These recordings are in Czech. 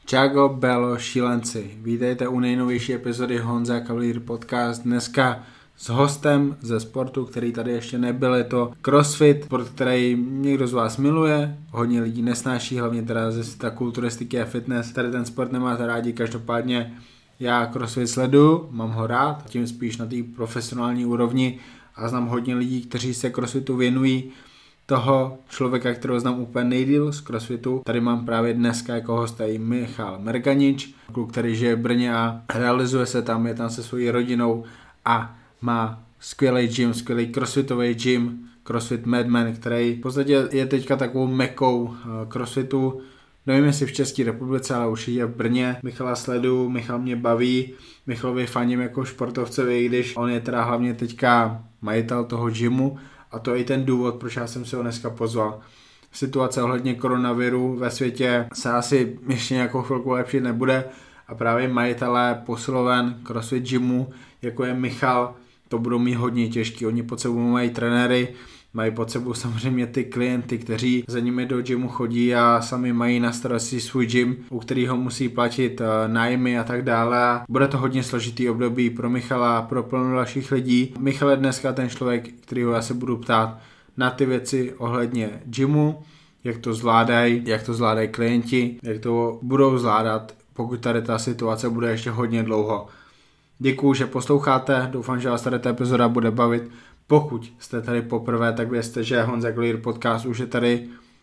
Čágo, Belo, šílenci. Vítejte u nejnovější epizody Honza Cavalier Podcast. Dneska s hostem ze sportu, který tady ještě nebyl, je to CrossFit, sport, který někdo z vás miluje, hodně lidí nesnáší, hlavně teda ze světa kulturistiky a fitness. Tady ten sport nemáte rádi, každopádně já CrossFit sleduju, mám ho rád, tím spíš na té profesionální úrovni a znám hodně lidí, kteří se CrossFitu věnují. Toho člověka, kterého znám úplně nejdýl z CrossFitu. Tady mám právě dneska jako hosta i Michal Merganič, kluk, který žije v Brně a realizuje se tam, je tam se svojí rodinou a má skvělý gym, skvělý crossfitový gym, CrossFit Madman, který v podstatě je teďka takovou mekou CrossFitu. Nevím, jestli v České republice, ale už je v Brně. Michala sleduju, Michal mě baví, Michalovi faním jako športovcovi, když on je teda hlavně teďka majitel toho gymu. A to je i ten důvod, proč já jsem se ho dneska pozval. Situace ohledně koronaviru ve světě se asi ještě nějakou chvilku lepšit nebude a právě majitelé posiloven CrossFit gymu, jako je Michal, to budou mít hodně těžký. Oni pod sebou mají trenéry, mají pod sebou samozřejmě ty klienty, kteří za nimi do gymu chodí a sami mají na starosti svůj gym, u kterého musí platit nájmy a tak dále. Bude to hodně složitý období pro Michala, pro plno dalších lidí. Michal je dneska ten člověk, kterýho já se budu ptát na ty věci ohledně gymu, jak to zvládají klienti, jak to budou zvládat, pokud tady ta situace bude ještě hodně dlouho. Děkuju, že posloucháte, doufám, že vás tady ta epizoda bude bavit. Pokud jste tady poprvé, tak vězte, že Honza Cavalier Podcast už je tady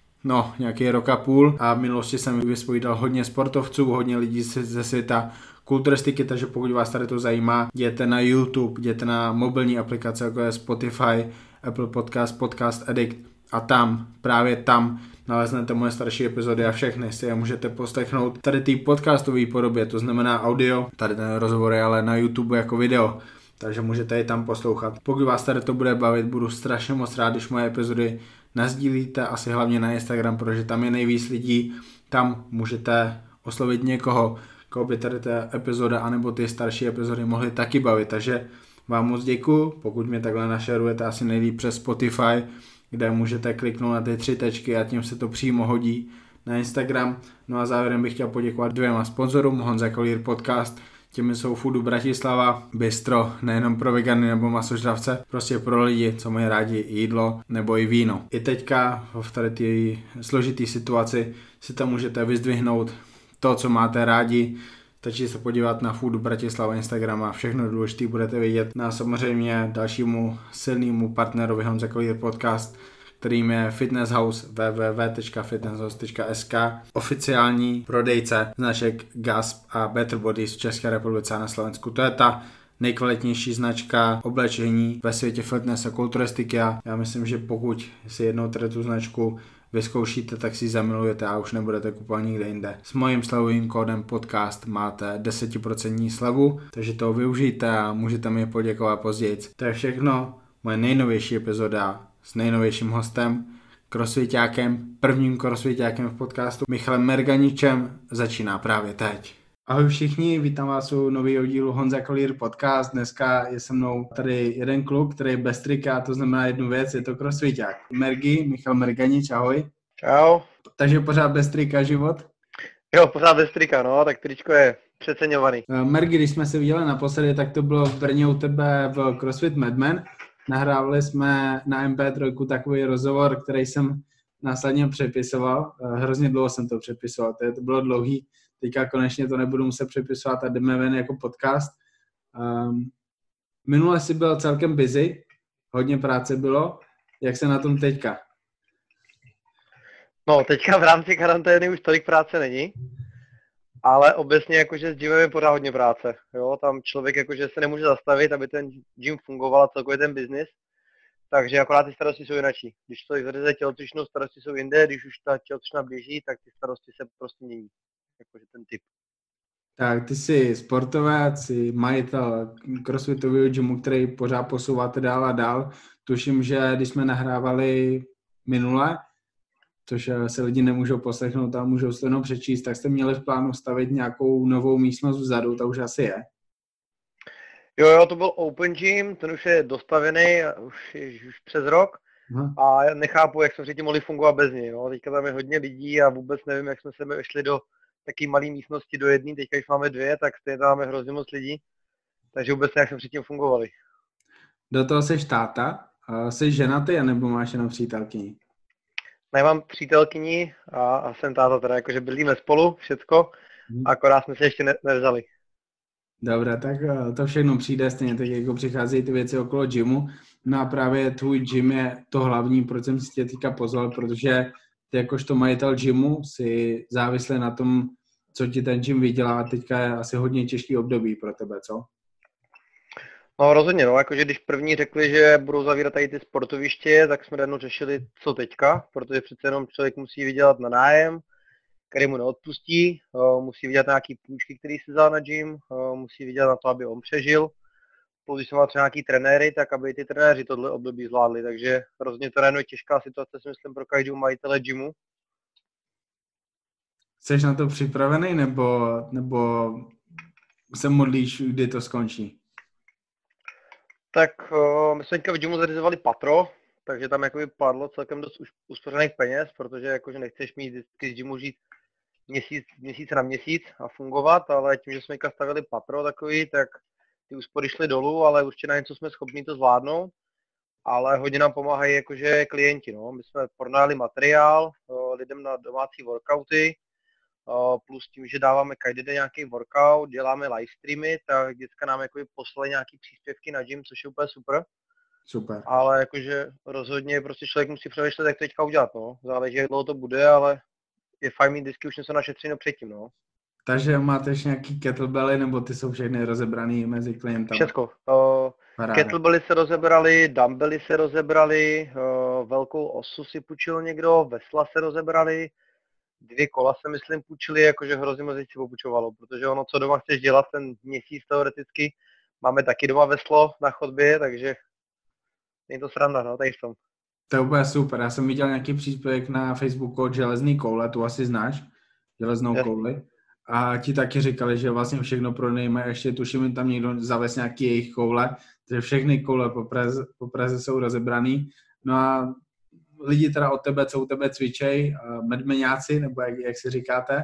nějaký rok a půl a v minulosti jsem vyspovídal hodně sportovců, hodně lidí ze světa kulturistiky, takže pokud vás tady to zajímá, jděte na YouTube, jděte na mobilní aplikace, jako je Spotify, Apple Podcast, Podcast Addict a právě tam naleznete moje starší epizody a všechny si je můžete poslechnout tady té podcastové podobě, to znamená audio, tady ten rozhovor je ale na YouTube jako video. Takže můžete ji tam poslouchat. Pokud vás tady to bude bavit, budu strašně moc rád, když moje epizody nasdílíte, asi hlavně na Instagram, protože tam je nejvíc lidí, tam můžete oslovit někoho, koho by tady ta epizoda anebo ty starší epizody mohly taky bavit. Takže vám moc děkuju, pokud mě takhle našerujete asi nejlíp přes Spotify, kde můžete kliknout na ty 3 tečky a tím se to přímo hodí na Instagram. No a závěrem bych chtěl poděkovat 2 sponzorům, Honza Cavalier Podcast, těmi jsou Foodu Bratislava, bistro, nejenom pro vegany nebo masožravce, prostě pro lidi, co mají rádi jídlo nebo i víno. I teďka v tady té složité situaci si tam můžete vyzdvihnout to, co máte rádi, stačí se podívat na Foodu Bratislava Instagram a všechno důležité budete vidět. Na samozřejmě dalšímu silnému partnerovi Honza Cavalier Podcast, kterým je Fitness House www.fitnesshouse.sk, oficiální prodejce značek Gasp a Better Bodies v České republice a na Slovensku. To je ta nejkvalitnější značka oblečení ve světě fitness a kulturistiky a já myslím, že pokud si jednou tu značku vyzkoušíte, tak si ji zamilujete a už nebudete kupovat nikde jinde. S mojím slevovým kódem podcast máte 10% slevu, takže to využijte a můžete mi poděkovat později. To je všechno, moje nejnovější epizoda s nejnovějším hostem, crossfitákem, prvním crossfitákem v podcastu Michalem Merganičem začíná právě teď. Ahoj všichni, vítám vás u nového dílu Honza Cavalier Podcast. Dneska je se mnou tady jeden kluk, který je bez trika, to znamená jednu věc, je to crossfiták. Michal Merganič, ahoj. Čau. Takže pořád bez trika život? Jo, pořád bez trika, no, tak tričko je přeceňovaný. Mergi, když jsme se viděli naposledy, tak to bylo v Brně u tebe v CrossFit Madman. Nahrávali jsme na MP3 takový rozhovor, který jsem následně přepisoval. Hrozně dlouho jsem to přepisoval, to bylo dlouhý. Teďka konečně to nebudu muset přepisovat a jdeme ven jako podcast. Minule jsi byl celkem busy, hodně práce bylo. Jak se na tom teďka? No, teďka v rámci karantény už tolik práce není, ale obecně jakože s gymem je pořád hodně práce. Jo? Tam člověk jakože se nemůže zastavit, aby ten gym fungoval a celkově ten biznis. Takže akorát ty starosti jsou jinačí. Když člověk zařeze tělocvičnou, starosti jsou jinde, když už ta tělocvična běží, tak ty starosti se prostě mění. Jakože ten typ. Tak ty jsi sportovec, jsi majitel crossfitového gymu, který pořád posouváte dál a dál. Tuším, že když jsme nahrávali minule, což se lidi nemůžou poslechnout a můžou se jenom přečíst, tak jste měli v plánu stavit nějakou novou místnost vzadu, to už asi je. Jo, to byl Open Gym, ten už je dostavený už přes rok. A já nechápu, jak jsme předtím mohli fungovat bez něj. No. Teďka tam je hodně lidí a vůbec nevím, jak jsme se vešli do taky malý místnosti do jedné, teďka když máme 2, tak stejně tam máme hrozně moc lidí, takže vůbec jak jsme předtím fungovali. Do toho seš táta? Jsi ženatý, anebo máš jenom přítelkyni? Ne, mám přítelkyni a jsem táta teda, jakože bydlíme spolu, všecko, akorát jsme se ještě nevzali. Dobré, tak to všechno přijde stejně tak, jako přicházejí ty věci okolo gymu. No a právě tvůj gym je to hlavní, proč jsem si tě teďka pozval, protože ty jakožto majitel gymu si závislý na tom, co ti ten gym vydělá. Teďka je asi hodně těžký období pro tebe, co? No rozhodně, no, jakože když první řekli, že budou zavírat tady ty sportoviště, tak jsme jednou řešili, co teďka, protože přece jenom člověk musí vydělat na nájem, který mu neodpustí, musí vydělat nějaký půjčky, který si vzal na gym, musí vydělat na to, aby on přežil. Plus, když jsem mal třeba nějaký trenéry, tak aby ty trenéři tohle období zvládli, takže rozhodně to je těžká situace, si myslím, pro každého majitele gymu. Jsi na to připravený, nebo se modlíš, kdy to skončí? Tak my jsme teďka v gymu zařizovali patro, takže tam jakoby padlo celkem dost uspořených peněz, protože jakože nechceš mít vždycky z gymu žít měsíc na měsíc a fungovat, ale tím, že jsme teďka stavili patro takový, tak ty úspory šly dolů, ale určitě na něco jsme schopni to zvládnout. Ale hodně nám pomáhají jakože klienti, no. My jsme pronajali materiál lidem na domácí workouty, plus tím, že dáváme každý den nějaký workout, děláme live streamy, tak vždycky nám jakoby poslali nějaký příspěvky na gym, což je úplně super. Super. Ale jakože rozhodně prostě člověk musí přemýšlet, jak to teďka udělat, no. Záleží, jak dlouho to bude, ale je fajn mít vždycky už něco našetřeno předtím, no. Takže máte ještě nějaký kettlebelly, nebo ty jsou všechny rozebraný mezi klientama? Všecko. Kettlebelly se rozebrali, dumbbelly se rozebrali, velkou osu si půjčil někdo, vesla se rozebrali, 2 kola se myslím půjčili, jakože hrozně moc si popůjčovalo, protože ono, co doma chceš dělat ten měsíc teoreticky, máme taky doma veslo na chodbě, takže není to sranda, no, tady v tom. To je úplně super. Já jsem viděl nějaký příspěvek na Facebooku od železný koule, tu asi znáš, železnou kouli. A ti taky říkali, že vlastně všechno pronejme, ještě tuším, tam někdo zavez nějaký jejich koule, takže všechny koule po Praze jsou rozebraný. No a lidi teda od tebe, co u tebe cvičej, medmeňáci, nebo jak si říkáte?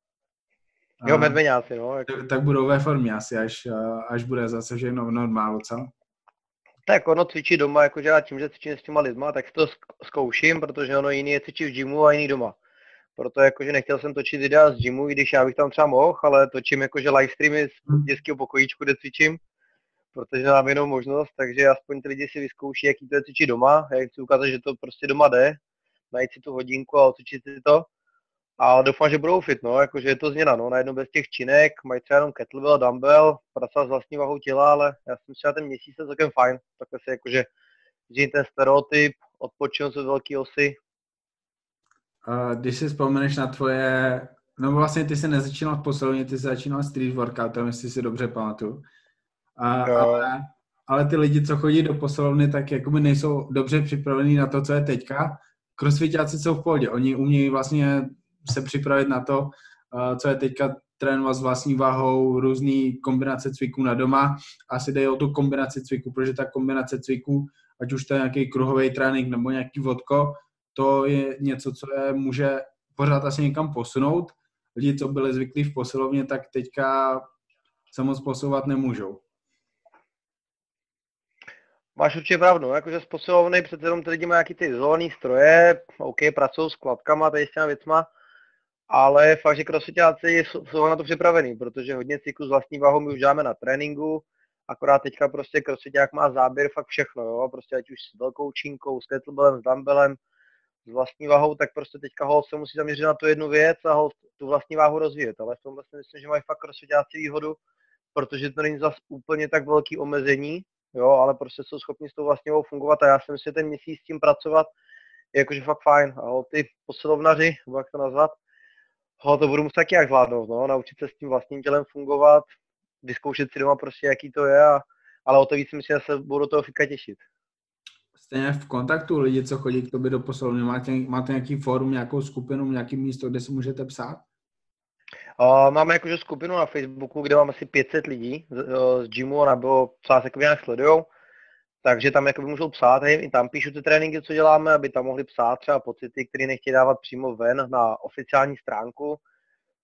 Jo, medmeňáci, no. Tak budou ve formě asi, až bude zase všechno v normálu, co? Tak ono cvičí doma, jakože já tím, že cvičím s těma lidma, tak si to zkouším, protože ono jiný je cvičit v gymu a jiný doma. Proto jakože nechtěl jsem točit videa z gymu, i když já bych tam třeba mohl, ale točím jakože live streamy z dětského pokojíčku, kde cvičím, protože mám jenom možnost, takže aspoň ty lidi si vyzkouší, jaký to je cvičit doma. Já jim chci ukázat, že to prostě doma jde, najít si tu hodinku a odcvičit si to. A doufám, že budou fit, no, jakože je to změna, no, najednou bez těch činek, mají třeba jenom kettlebell, dumbbell, pracovat s vlastní vahou těla, ale já si myslím, že ten měsíc je celkem fajn, takhle si jakože žít ten stereotyp, odpočinout od velký osy. Když si vzpomeneš na tvoje, no vlastně ty jsi nezačínal v posilovně, ty jsi začínal street workoutem, jestli si dobře pamatuju. Ale ty lidi, co chodí do posilovny, tak jakoby nejsou dobře připravení na to, co je teďka. Crossfitáci jsou v pohodě, oni umějí vlastně se připravit na to, co je teďka trénovat s vlastní váhou, různý kombinace cviků na doma. Asi jde o tu kombinaci cviků, protože ta kombinace cviků, ať už to je nějaký kruhový trénink nebo nějaký vodko, to je něco, co je může pořád asi někam posunout. Lidi, co byli zvyklí v posilovně, tak teďka se moc posouvat nemůžou. Máš určitě pravdu, jakože z posilovny přece jenom ty lidi mají nějaký ty izolovaný stroje, OK, pracují s kladkama, tady s těma věcma, ale fakt, že crossfitáci jsou na to připravení, protože hodně cyklů s vlastní váhou my už děláme na tréninku, akorát teďka prostě crossfiták má záběr fakt všechno, jo, prostě ať už s velkou činkou, s kettlebellem, s dumbbellem, s vlastní váhou, tak prostě teďka holt se musí zaměřit na tu jednu věc a holt tu vlastní váhu rozvíjet, ale v tomhle si myslím, že mají fakt crossfitáci výhodu, protože to není zase úplně tak velký omezení, jo, ale prostě jsou schopni s tou vlastní váhou fungovat a já si myslím, že ten měsíc s tím pracovat je jakože fakt fajn. A ty posilovnaři, nebo jak to nazvat, to budu muset taky jak zvládnout, no, naučit se s tím vlastním tělem fungovat, vyzkoušet si doma prostě, jaký to je, ale o to víc si myslím, že se budu do toho fika těšit. Jste v kontaktu lidi, co chodí k tobě do posilovny? Máte nějaký fórum, nějakou skupinu, nějaký místo, kde si můžete psát? Máme jakože skupinu na Facebooku, kde mám asi 500 lidí z gymu, nebo psát se nějak sledujou. Takže tam jakoby můžou psát, hej, i tam píšu ty tréninky, co děláme, aby tam mohli psát třeba pocity, které nechtějí dávat přímo ven na oficiální stránku.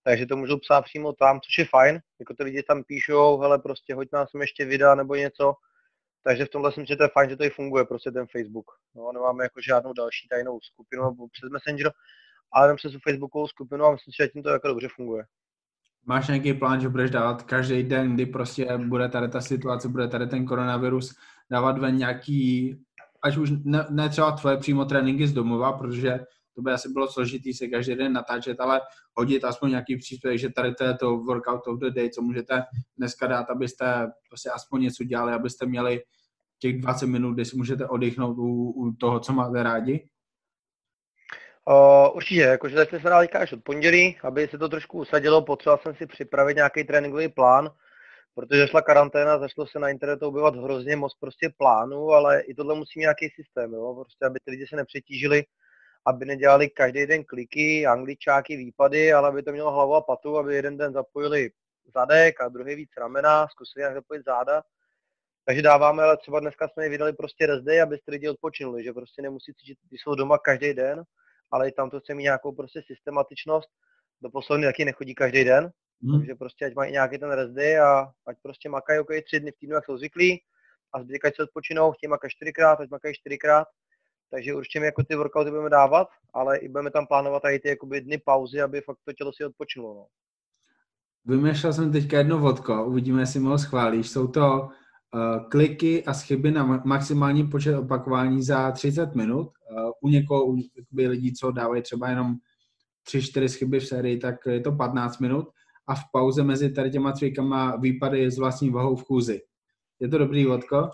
Takže to můžou psát přímo tam, což je fajn. Jako ty lidi tam píšou, hele, prostě hoď nám sem ještě videa nebo něco. Takže v tomhle si myslím, že to je fajn, že to i funguje, prostě ten Facebook. No, nemáme jako žádnou další tajnou skupinu nebo přes Messenger, ale jenom přes tu Facebookovou skupinu a myslím, že tím to jako dobře funguje. Máš nějaký plán, že budeš dávat každý den, kdy prostě bude tady ta situace, bude tady ten koronavirus, dávat ven nějaký, ať už ne třeba tvoje přímo tréninky z domova, protože to by asi bylo složitý se každý den natáčet, ale hodit aspoň nějaký příspěvek, že tady to je to workout of the day, co můžete dneska dát, abyste prostě aspoň něco dělali, abyste měli těch 20 minut, kdy si můžete oddychnout u toho, co máte rádi? Určitě, jakože začali se dát až od pondělí, aby se to trošku usadilo, potřeboval jsem si připravit nějaký tréninkový plán, protože šla karanténa, začalo se na internetu objevat hrozně moc prostě plánů, ale i tohle musí mít nějaký systém, jo? Prostě aby ty lidi se nepřetížili, aby nedělali každý den kliky, angličáky, výpady, ale aby to mělo hlavu a patu, aby jeden den zapojili zadek a druhý víc ramena, zkusili nějak zapojit záda. Takže dáváme, ale třeba dneska jsme vydali prostě rest day, aby lidi odpočinuli, že prostě nemusí cítit, když jsou doma každý den, ale i tam to chce mít nějakou prostě systematičnost. Do poslední taky nechodí každý den, takže prostě ať mají nějaký ten rest day a ať prostě makají 3 dny v týdnu, jak jsou zvyklí, a zbytek ať se odpočinou, chtějí makat 4krát, ať makají 4krát. Takže určitě my jako ty workouty budeme dávat, ale i budeme tam plánovat i ty jakoby dny pauzy, aby fakt to tělo si odpočinulo. No. Vymýšlel jsem teďka jedno vodko, uvidíme, jestli mi ho schválíš. Jsou to kliky a schyby na maximální počet opakování za 30 minut. U někoho, u lidí, co dávají třeba jenom 3-4 schyby v sérii, tak je to 15 minut. A v pauze mezi tady těma cvikama výpady s vlastní vahou v chůzi. Je to dobrý vodko?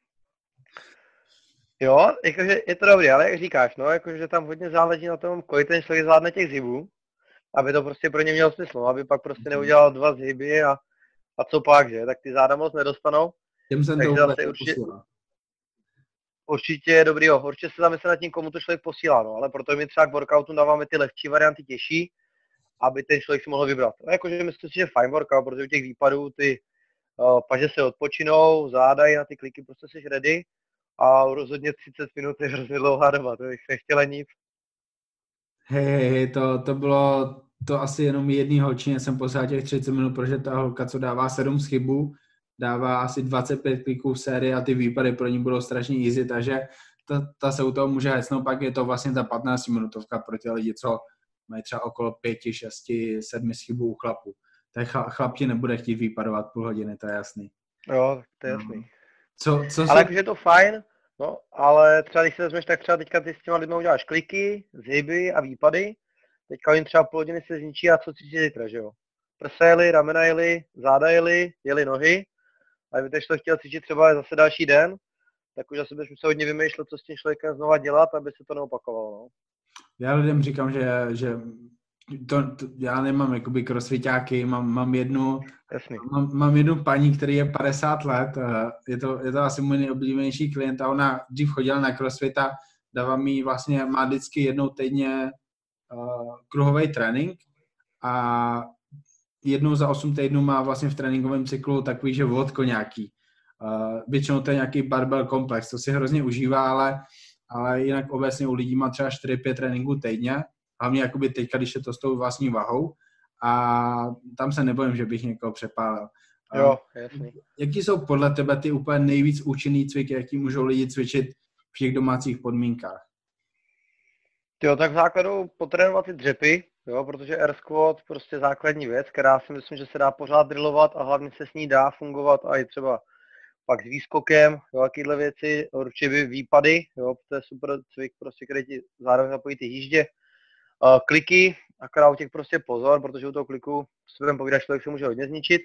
Jo, jakože je to dobrý, ale jak říkáš, no, jakože tam hodně záleží na tom, kolik ten člověk zvládne těch zhybů, aby to prostě pro ně mělo smysl, aby pak prostě neudělal 2 zhyby a co pak, že? Tak ty záda moc nedostanou. Těm jsem to zase určitě je dobrý, jo. Určitě se zamyslet nad tím, komu to člověk posílá, no, ale proto my třeba k workoutu dáváme ty lehčí varianty těžší, aby ten člověk si mohl vybrat. No, jakože myslím si, že fajn workout, protože u těch výpadů ty paže se odpočinou, zádají na ty kliky, prostě jsi ready a rozhodně 30 minut je hrozně dlouhá doba, to bych nechtěla nic. Hej, to bylo to asi jenom jedný holčině jsem poslal těch 30 minut, protože ta holka, co dává 7 schybů, dává asi 25 kliků v sérii a ty výpady pro ní budou strašně easy, takže ta se u toho může hecnout, pak je to vlastně ta 15 minutovka pro ty lidi, co mají třeba okolo 5, 6, 7 schybů u chlapů. Tak chlap ti nebude chtít výpadovat půl hodiny, to je jasný. Jo, to je jasný. Ale jakože je to fajn, no, ale třeba když se vezmeš, tak třeba teďka ty s těma lidmi uděláš kliky, zhyby a výpady, teďka jim třeba půl hodiny se zničí a co cítí zítra, že jo? Prsa jeli, ramena jeli, záda jeli nohy, a kdyby to chtěl cítit třeba zase další den, tak už asi bys musel hodně vymýšlet, co s tím člověkem znova dělat, aby se to neopakovalo. No. Já lidem říkám, že já nemám jakoby crossfitáky, mám jednu paní, který je 50 let, je to asi můj nejoblíbenější klient a ona dřív chodila na crossfit a dává mi vlastně, má vždycky jednou týdně kruhový trénink a jednou za 8 týdnů má vlastně v tréninkovém cyklu takový, že vodko nějaký. Většinou to je nějaký barbell komplex, to si hrozně užívá, ale jinak obecně u lidí má třeba 4-5 tréninků týdně, hlavně jakoby teďka, když je to s tou vlastní vahou a tam se nebojím, že bych někoho přepálil. Jo, jasný. Jaký jsou podle tebe ty úplně nejvíc účinný cviky, jaký můžou lidi cvičit v těch domácích podmínkách? Jo, tak v základu potrénovat ty dřepy, jo, protože air squat prostě základní věc, která si myslím, že se dá pořád drillovat a hlavně se s ní dá fungovat a i třeba pak s výskokem, jo, jakýhle věci, určitě výpady, jo, to je super cvik, prostě, který ti zároveň zapojí ty jíždě. Kliky, akorát u těch prostě pozor, protože u toho kliku si budeme povídat, člověk se může hodně zničit.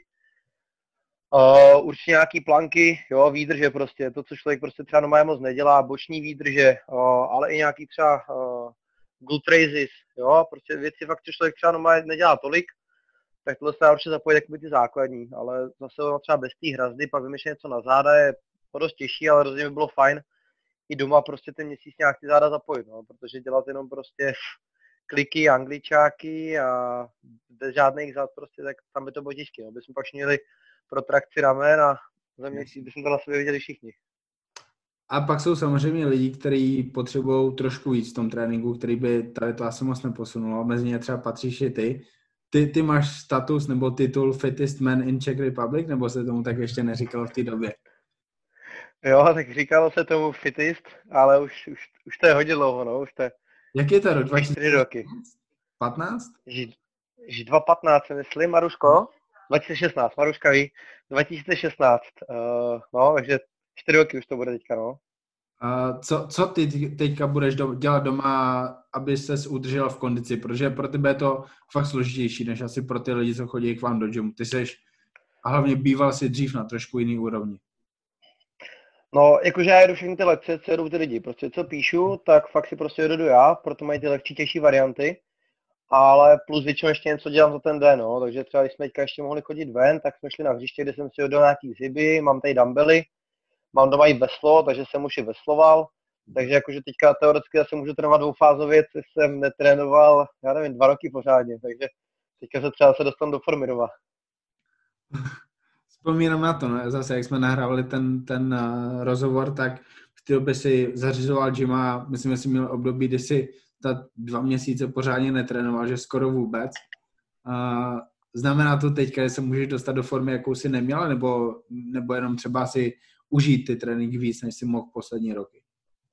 Určitě nějaký planky, jo, výdrže prostě, to, co člověk prostě třeba normálně moc nedělá, boční výdrže, ale i nějaký třeba glute raises, jo, prostě věci fakt, co člověk třeba normálně nedělá tolik, tak tohle se dá určitě zapojit jakoby ty základní, ale zase třeba bez té hrazdy, pak vymýšlet něco na záda je dost těžší, ale rozhodně by bylo fajn i doma prostě ten měsíc nějak ty záda zapojit, no, protože dělat jenom prostě kliky, angličáky a bez žádných zád prostě, tak tam by to bylo těžké, no, bychom pak měli protrakci ramen a za měsíc bychom to na sobě viděli všichni. A pak jsou samozřejmě lidi, kteří potřebují trošku víc v tom tréninku, který by tady to asi moc neposunulo. Mezi ně třeba patříš i ty. Ty máš status nebo titul Fittest Man in Czech Republic, nebo se tomu tak ještě neříkalo v té době? Jo, tak říkalo se tomu fittest, ale už to je hodně dlouho, no, už to je Jak je to rok? 4 roky. 15? Již 2015, si myslím, Maruško? 2016, Maruška ví, 2016, no, takže 4 roky už to bude teďka, no. Co ty teďka budeš dělat doma, aby ses udržel v kondici? Protože pro tebe je to fakt složitější, než asi pro ty lidi, co chodí k vám do gymu. Ty seš, a hlavně býval si dřív na trošku jiný úrovni. No, jakože já jedu všechny ty lekce, co jedou ty lidi. Prostě co píšu, tak fakt si prostě jedu já, proto mají ty lehčí, těžší varianty. Ale plus většinou ještě něco dělám za ten den, no. Takže třeba když jsme teďka ještě mohli chodit ven, tak jsme šli na hřiště, kde jsem si odjel nějaký zhyby, mám tady dumbbely, mám doma i veslo, takže jsem už i vesloval. Takže jakože teďka teoreticky zase můžu trénovat dvoufázově, což jsem netrénoval, já nevím, 2 roky pořádně, takže teďka se třeba dostanu do formy doma. Vzpomínám na to, no, zase jak jsme nahrávali ten rozhovor, tak v té době si zařizoval gym a myslím, že jsi měl období, kdy si 2 měsíce pořádně netrénoval, že skoro vůbec. Znamená to teďka, že se můžeš dostat do formy, jakou jsi neměl, nebo jenom třeba si užít ty tréninky víc, než jsi mohl poslední roky?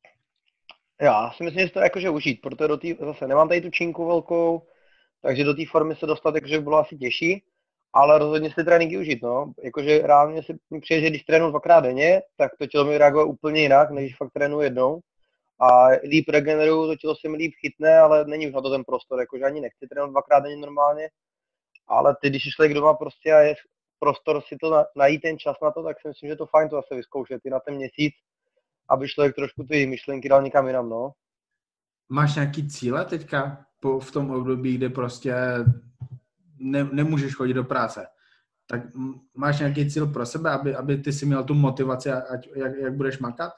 Já si myslím, že to je jakože užít, protože zase nemám tady tu činku velkou, takže do té formy se dostat jakože bylo asi těžší, ale rozhodně si tréninky užít, no. Jakože reálně si přijde, že když trénuji 2krát denně, tak to tělo mi reaguje úplně jinak, než fakt trénuji jednou. A líp regeneruju, to tělo se mi líp chytne, ale není už na to ten prostor, jakože ani nechci trénovat 2krát denně normálně. Ale ty, když člověk doma prostě a je prostor si to najít ten čas na to, tak si myslím, že to fajn to zase vyzkoušet i na ten měsíc, aby člověk trošku ty myšlenky dal někam jinam, no. Máš nějaký cíle teďka v tom období, kde prostě nemůžeš chodit do práce? Tak máš nějaký cíl pro sebe, aby ty si měl tu motivaci, jak budeš makat?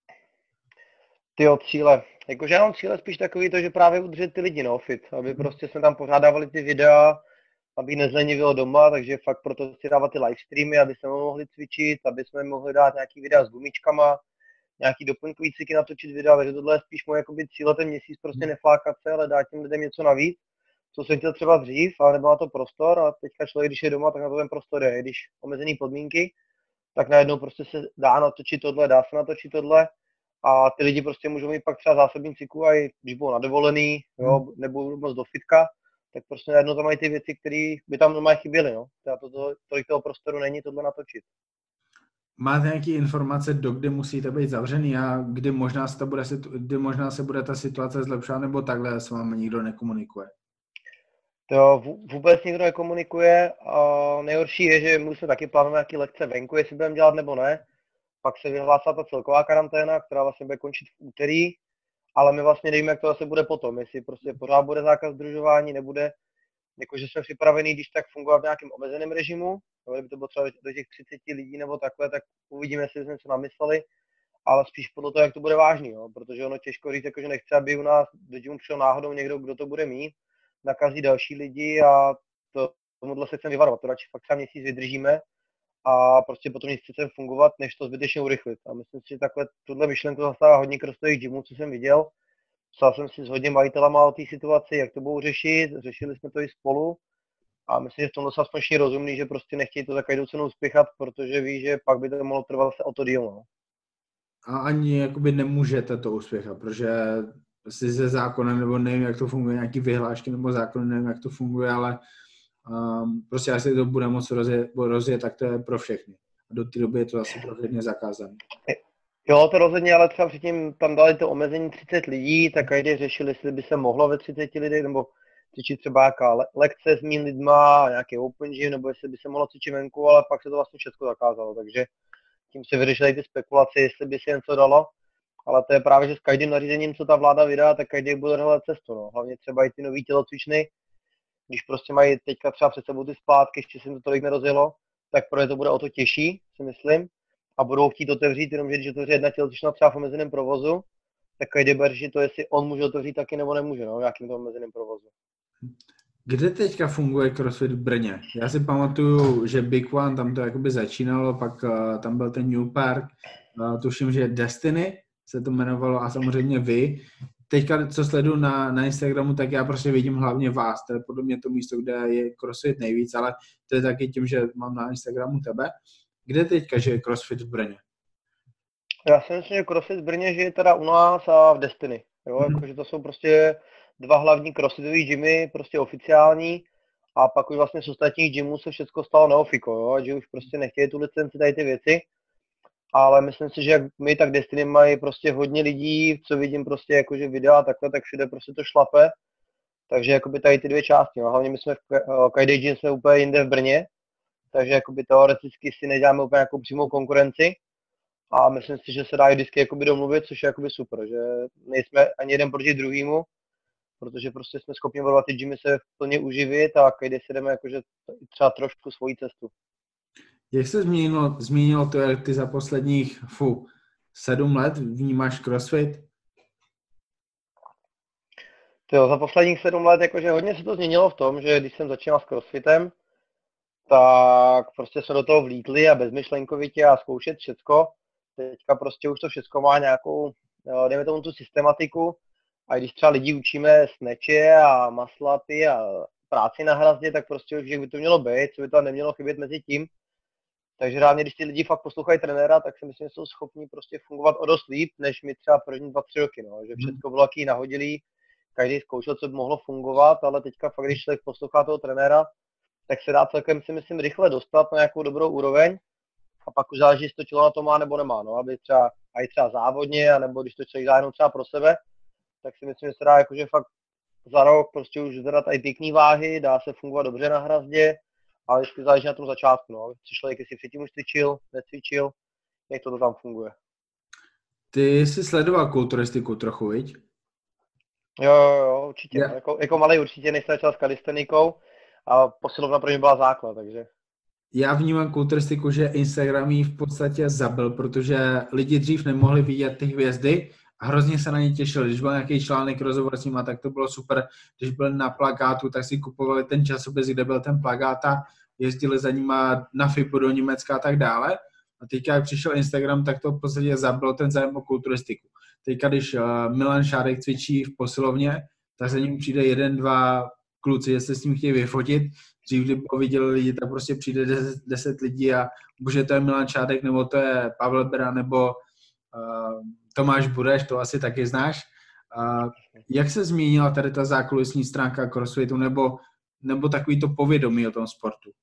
Tyjo, cíle. Jakože já mám cíle spíš takový to, že právě udržet ty lidi, no, fit. Aby prostě jsme tam pořádávali ty videa, aby nezlenivilo doma, takže fakt proto si dávat ty livestreamy, aby jsme mohli cvičit, aby jsme mohli dát nějaký videa s gumičkama, nějaký doplňkový cviky natočit videa, takže tohle je spíš moje jakoby cíle ten měsíc, prostě neflákat se, ale dát těm lidem něco navíc, co jsem chtěl třeba dřív, ale nebyl na to prostor a teďka člověk, když je doma, tak na to ten prostor je, když omezený podmínky, tak najednou prostě se dá natočit tohle, dá se natočit tohle a ty lidi prostě můžou mít pak třeba zásobní cyklu a i když budou nadovolený, jo, nebudou moc do fitka, tak prostě najednou tam mají ty věci, které by tam normálně chyběly, no. Tolik toho prostoru není tohle natočit. Máte nějaké informace, dokdy musíte být zavřený a kdy možná se bude ta situace zlepšovat, nebo takhle s vámi nikdo nekomunikuje? To vůbec nikdo nekomunikuje a nejhorší je, že musíme taky plánovat nějaké lekce venku, jestli budeme dělat nebo ne. Pak se vyhlásila ta celková karanténa, která vlastně bude končit v úterý, ale my vlastně nevíme, jak to zase bude potom, jestli prostě pořád bude zákaz sdružování, nebude, jakože jsme připraveni, když tak fungovat v nějakém omezeném režimu, kdyby to bylo třeba do těch 30 lidí nebo takhle, tak uvidíme, jestli jsme se namysleli, ale spíš podle toho, jak to bude vážný, jo? Protože ono těžko říct, jakože nechce, aby u nás do gymu přišel náhodou někdo, kdo to bude mít, nakazí další lidi a tomuhle se chceme vyvarovat, to radši fakt třeba měsíc vydržíme a prostě potom nic chceme fungovat, než to zbytečně urychlit. A myslím si, že takhle tuhle myšlenku zastává hodně crossfitých gymů, co jsem viděl. Psal jsem si s hodně majitelama o té situaci, jak to budou řešit, řešili jsme to i spolu. A myslím, že v tomhle jsou aspoň rozumný, že prostě nechtějí to za každou cenu uspěchat, protože ví, že pak by to mohlo trvat zase o to díl. No. A ani jakoby nemůžete to uspěchat, protože si ze zákonem, nebo nevím, jak to funguje, nějaký vyhlášky nebo zákon, nevím, jak to funguje, ale prostě až se to bude moc rozjet, tak to je pro všechny. A do té doby je to asi pro všechny zakázané. Jo, to rozhodně, ale třeba předtím tam dali to omezení 30 lidí, tak každý řešil, jestli by se mohlo ve 30 lidí, nebo cvičit třeba nějaká lekce s mým lidma, nějaký open gym, nebo jestli by se mohlo cvičit venku, ale pak se to vlastně všechno zakázalo, takže tím se vyřešily ty spekulace, jestli by se něco dalo, ale to je právě, že s každým nařízením, co ta vláda vydá, tak každý bude hledat cestu, no. Hlavně třeba i ty nový tělocvičny, když prostě mají teďka třeba před sebou ty splátky, ještě se to tolik nerozjelo, tak pro ně to bude o to těžší, si myslím, a budou chtít otevřít, jenomže když otevře jedna tělocvična třeba v omezeném provozu, tak každý bude řešit to, jestli on může otevřít taky nebo nemůže, no, v nějakým tom omezeném provozu. Kde teďka funguje CrossFit v Brně? Já si pamatuju, že Big One, tam to jakoby začínalo, pak tam byl ten New Park, tuším, že Destiny se to jmenovalo a samozřejmě vy. teďka, co sleduju na Instagramu, tak já prostě vidím hlavně vás. To je podle mě to místo, kde je CrossFit nejvíc, ale to je taky tím, že mám na Instagramu tebe. Kde teďka žije CrossFit v Brně? Já si myslím, že CrossFit v Brně žije teda u nás a v Destiny. Jo, jakože to jsou prostě dva hlavní crossfitový gymy, prostě oficiální. A pak už vlastně z ostatních gymů se všechno stalo neofiko, jo, že už prostě nechtějí tu licenci, tady ty věci. Ale myslím si, že jak my, tak Destiny mají prostě hodně lidí, co vidím prostě jakože videa a takhle, tak všude prostě to šlape. Takže jakoby tady ty dvě části, no. Hlavně my jsme každý gym jsme úplně jinde v Brně, takže jakoby teoreticky si neděláme úplně jako přímou konkurenci. A myslím si, že se dá i vždycky jakoby domluvit, což je jakoby super, že nejsme ani jeden proti druhýmu, protože prostě jsme schopni budovat ty gymy se plně uživit a každý si jdeme jakože třeba trošku svoji cestu. Jak se změnilo to, jak ty za posledních 7 let vnímáš CrossFit? Jo, za posledních 7 let jakože hodně se to změnilo v tom, že když jsem začínal s CrossFitem, tak prostě jsme do toho vlítli a bezmyšlenkovitě a zkoušet všecko. Teďka prostě už to všecko má nějakou, dejme tomu tu systematiku. A když třeba lidi učíme sneče a maslapy a práci na hrazdě, tak prostě už by to mělo být, co by to nemělo chybět mezi tím. Takže hlavně, když ty lidi fakt poslouchají trenéra, tak si myslím, že jsou schopni prostě fungovat o dost líp, než my třeba první 2-3 roky, no. Že všechno bylo taky nahodilý, každý zkoušel, co by mohlo fungovat, ale teďka fakt, když člověk poslouchá toho trenéra, tak se dá celkem, si myslím, rychle dostat na nějakou dobrou úroveň a pak už záleží, jestli to tělo na to má nebo nemá, no, aby třeba, a i třeba závodně, anebo když to člověk dá jenom třeba pro sebe, tak si myslím, že se dá jakože fakt za rok prostě už zvedat i pěkný váhy, dá se fungovat dobře na hrazdě, ale vždycky záleží na tom začátku, no, co člověk, jestli předtím už cvičil, necvičil, jak to tam funguje. Ty jsi sledoval kulturistiku trochu, viď? Jo, určitě. Yeah. Jako malej určitě, než jsem začal s kalistenikou a posilovna pro mě byla základ, takže. Já vnímám kulturistiku, že Instagram ji v podstatě zabil, protože lidi dřív nemohli vidět ty hvězdy a hrozně se na ně těšili. Když byl nějaký článek, rozhovor s nima, tak to bylo super. Když byl na plakátu, tak si kupovali ten časopis, kde byl ten plakát a jezdili za nima na FIBu do Německa a tak dále. A teďka, jak přišel Instagram, tak to v podstatě zabilo ten zájem o kulturistiku. Teďka, když Milan Šárek cvičí v posilovně, tak za ním přijde 1-2 kluci, jestli s ním chtějí vyfotit. Dřív, kdyby ho viděli lidi, tak prostě přijde 10 lidí a bože, to je Milan Šádek, nebo to je Pavel Bera, nebo Tomáš Bureš, to asi taky znáš. Jak se změnila tady ta zákulisní stránka CrossFitu, nebo takový to povědomí o tom sportu?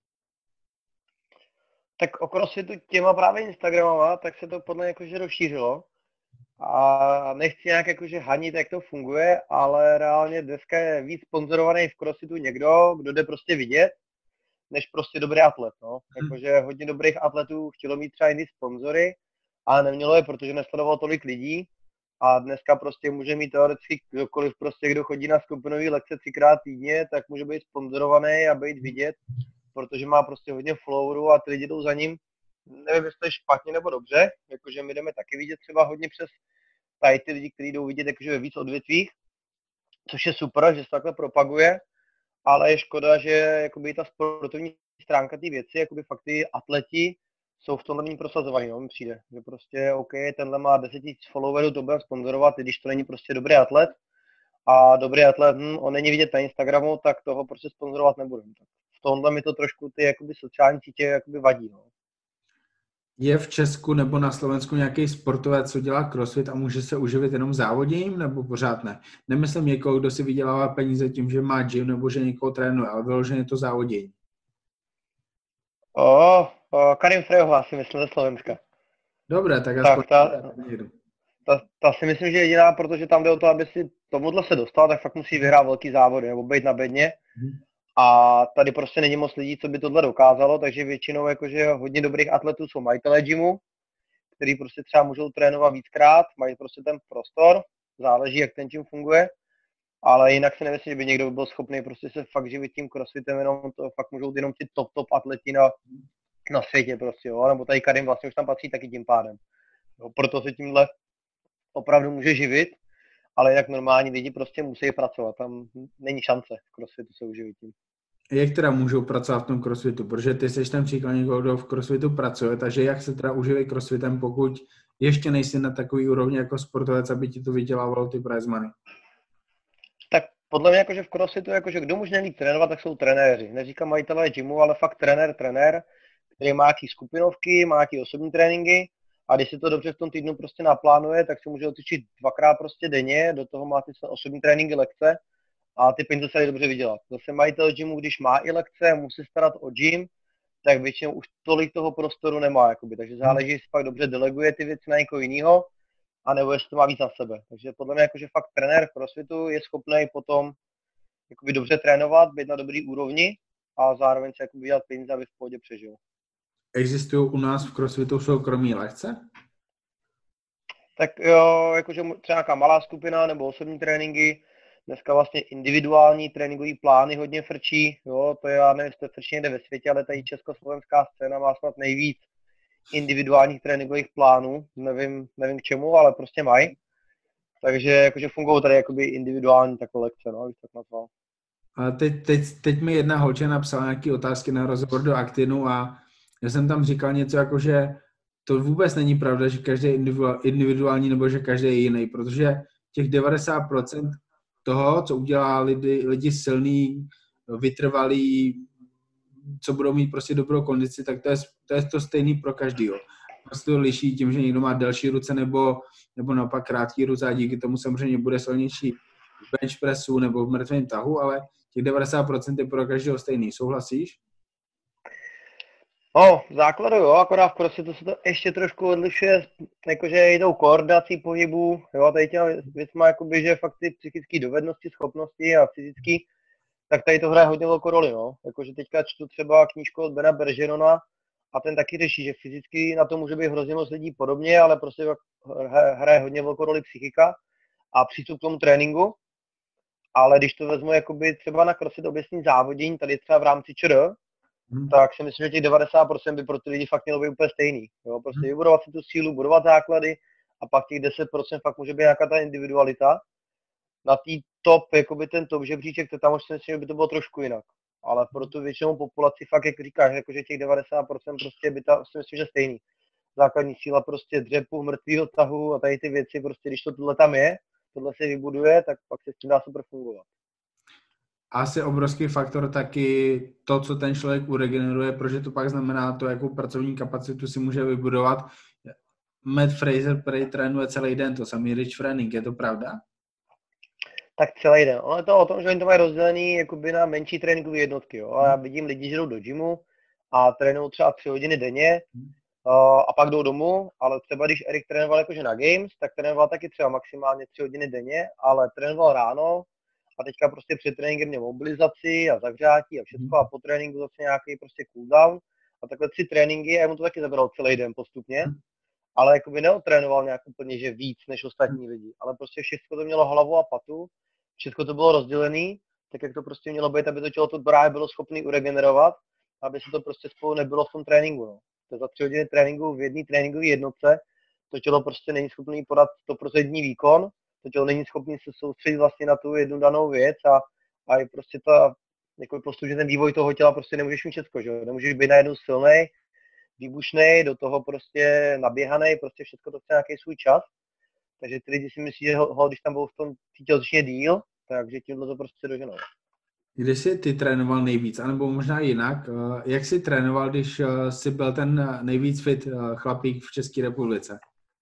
Tak o CrossFitu těma právě Instagramama, tak se to podle mě jakože rozšířilo. A nechci nějak jakože hanit, jak to funguje, ale reálně dneska je víc sponzorovaný v CrossFitu někdo, kdo jde prostě vidět, než prostě dobrý atlet, no. Jakože hodně dobrých atletů chtělo mít třeba jiný sponzory, ale nemělo je, protože nesledovalo tolik lidí. A dneska prostě může mít teoreticky kdokoliv prostě, kdo chodí na skupinové lekce 3x týdně, tak může být sponzorovaný a být vidět, protože má prostě hodně followerů a ty lidi jdou za ním. Nevím, jestli to je špatně nebo dobře, jakože my jdeme taky vidět třeba hodně přes tady ty lidi, kteří jdou vidět jakože ve víc odvětvích, což je super, že se takhle propaguje, ale je škoda, že jakoby ta sportovní stránka té věci, jakoby fakt ty atleti jsou v tomhle není prosazovaný, no, mi přijde, že prostě OK, tenhle má 10 000 followerů, to bude sponzorovat, i když to není prostě dobrý atlet a dobrý atlet, on není vidět na Instagramu, tak toho prostě sponzorovat nebudeme. V tomhle mi to trošku ty jakoby sociální sítě jakoby vadí, no. Je v Česku nebo na Slovensku nějaký sportovec, co dělá CrossFit a může se uživit jenom závoděním, nebo pořád ne? Nemyslím někoho, kdo si vydělává peníze tím, že má gym nebo že někoho trénuje, ale vyloženě to závodění. Karim Frejová si myslím ze Slovenska. Dobré, tak aspoň ta si myslím, že je jediná, protože tam jde o to, aby si tomuhle se dostal, tak fakt musí vyhrát velký závody nebo být na bedně. A tady prostě není moc lidí, co by tohle dokázalo, takže většinou jakože hodně dobrých atletů jsou majitelé gymu, který prostě třeba můžou trénovat víckrát, mají prostě ten prostor, záleží, jak ten gym funguje, ale jinak si nemyslím, že by někdo byl schopný prostě se fakt živit tím crossfitem, jenom to fakt můžou jenom ty top atleti na světě prostě, jo, nebo tady Karim vlastně už tam patří taky tím pádem. Jo, proto se tímhle opravdu může živit, ale jak normální lidi prostě musí pracovat, tam není šance v crossfitu se uživit tím. Jak teda můžou pracovat v tom crossfitu? Protože ty jsi tam příklad někoho, kdo v crossfitu pracuje, takže jak se teda uživí crossfitem, pokud ještě nejsi na takový úrovni jako sportovec, aby ti to vydělávalo ty prize money? Podle mě jakože v crossfitu, jakože kdo může nejlíp trénovat, tak jsou trenéři. Neříkám majitelé gymu, ale fakt trenér, který má nějaký skupinovky, má nějaký osobní tréninky a když si to dobře v tom týdnu prostě naplánuje, tak si může otočit dvakrát prostě denně, do toho má ty své osobní tréninky, lekce a ty peníze se dají dobře vydělat. Zase majitel gymu, když má i lekce, musí starat o gym, tak většinou už tolik toho prostoru nemá, jakoby. Takže záleží, jestli pak dobře deleguje ty věci na někoho jiného, anebo jestli to má víc za sebe. Takže podle mě jakože fakt trenér v crossfitu je schopný potom jakoby dobře trénovat, být na dobrý úrovni a zároveň se jakoby dělat peníze, aby v pohodě přežil. Existují u nás v crossfitu soukromí lekce? Tak jo, jakože třeba nějaká malá skupina nebo osobní tréninky, dneska vlastně individuální tréninkový plány hodně frčí, jo, to je, já nevím, jestli to frčí někde ve světě, ale tady československá scéna má snad nejvíc individuálních tréninkových plánů, nevím k čemu, ale prostě mají. Takže jakože fungují tady jakoby individuální takové lekce, no, abych tak nazval. A teď mi jedna holče napsala nějaké otázky na rozhovor do Actinu a já jsem tam říkal něco jako, že to vůbec není pravda, že každý je individuální nebo že každý je jiný, protože těch 90% toho, co udělá lidi silný, vytrvalý, co budou mít prostě dobrou kondici, tak to je to stejný pro každýho. Prostě to liší tím, že někdo má delší ruce nebo naopak krátký ruce a díky tomu samozřejmě bude silnější v bench pressu nebo v mrtvém tahu, ale těch 90% je pro každého stejný. Souhlasíš? No, v základu jo, akorát v crossfitu se to ještě trošku odlišuje, jakože jdou koordinací pohybu, jo, tady těma věcma, jakoby, že fakt ty psychické dovednosti, schopnosti a fyzický, tak tady to hraje hodně velkou roli, no. Jakože teďka čtu třeba knížku od Bena Bergerona a ten taky řeší, že fyzicky na to může být hrozně moc lidí podobně, ale prostě hraje hodně velkou roli psychika a přístup k tomu tréninku. Ale když to vezmu jakoby třeba na crossfit obecní závodění, tady třeba v rámci ČR, tak si myslím, že těch 90% by pro ty lidi fakt mělo být úplně stejný. Jo? Prostě vybudovat si tu sílu, budovat základy a pak těch 10% fakt může být nějaká ta individualita. Na té top, jakoby ten top žebříček, to tam už si myslím, že by to bylo trošku jinak. Ale pro tu většinou populaci fakt, jak říkáš, jakože těch 90% prostě by to si myslím, že stejný. Základní síla prostě dřepu, mrtvýho tahu a tady ty věci, prostě když to tohle tam je, tohle se vybuduje, tak pak se s tím dá super fungovat. Asi obrovský faktor taky to, co ten člověk uregeneruje, protože to pak znamená to, jakou pracovní kapacitu si může vybudovat. Matt Fraser prý trénuje celý den, to samý Rich Froning, je to pravda? Tak celý den. Ono je to o tom, že oni to mají rozdělený jakoby na menší tréninkové jednotky. Jo? A já vidím lidi, že jdou do gymu a trénují třeba 3 hodiny denně a pak jdou domů, ale třeba když Erik trénoval jakože na Games, tak trénoval taky třeba maximálně 3 hodiny denně, ale trénoval ráno a teďka prostě před tréninkem měl mobilizaci a zahřátí a všechno a po tréninku zase nějaký prostě cooldown a takhle 3 tréninky a mu to taky zabralo celý den postupně. Ale jakoby neotrénoval nějak úplně, že víc než ostatní lidi, ale prostě všechno to mělo hlavu a patu, všechno to bylo rozdělené, tak jak to prostě mělo být, aby to tělo to právě bylo schopné uregenerovat, aby se to prostě spolu nebylo v tom tréninku. No. To za 3 hodiny tréninku v jedné tréninkové jednotce, to tělo prostě není schopné podat 100% výkon, to tělo není schopné se soustředit vlastně na tu jednu danou věc a i prostě ta, jako postupně ten vývoj toho těla prostě nemůžeš mít všechno, že jo, nemůžeš být najednou silnej, výbušnej, do toho prostě naběhanej, prostě všechno to chce nějaký svůj čas. Takže ty lidi si myslí, že když tam budou v tom tělocvičně díl, takže tímhle to prostě doženou. Kdy jsi ty trénoval nejvíc, anebo možná jinak, jak jsi trénoval, když jsi byl ten nejvíc fit chlapík v České republice?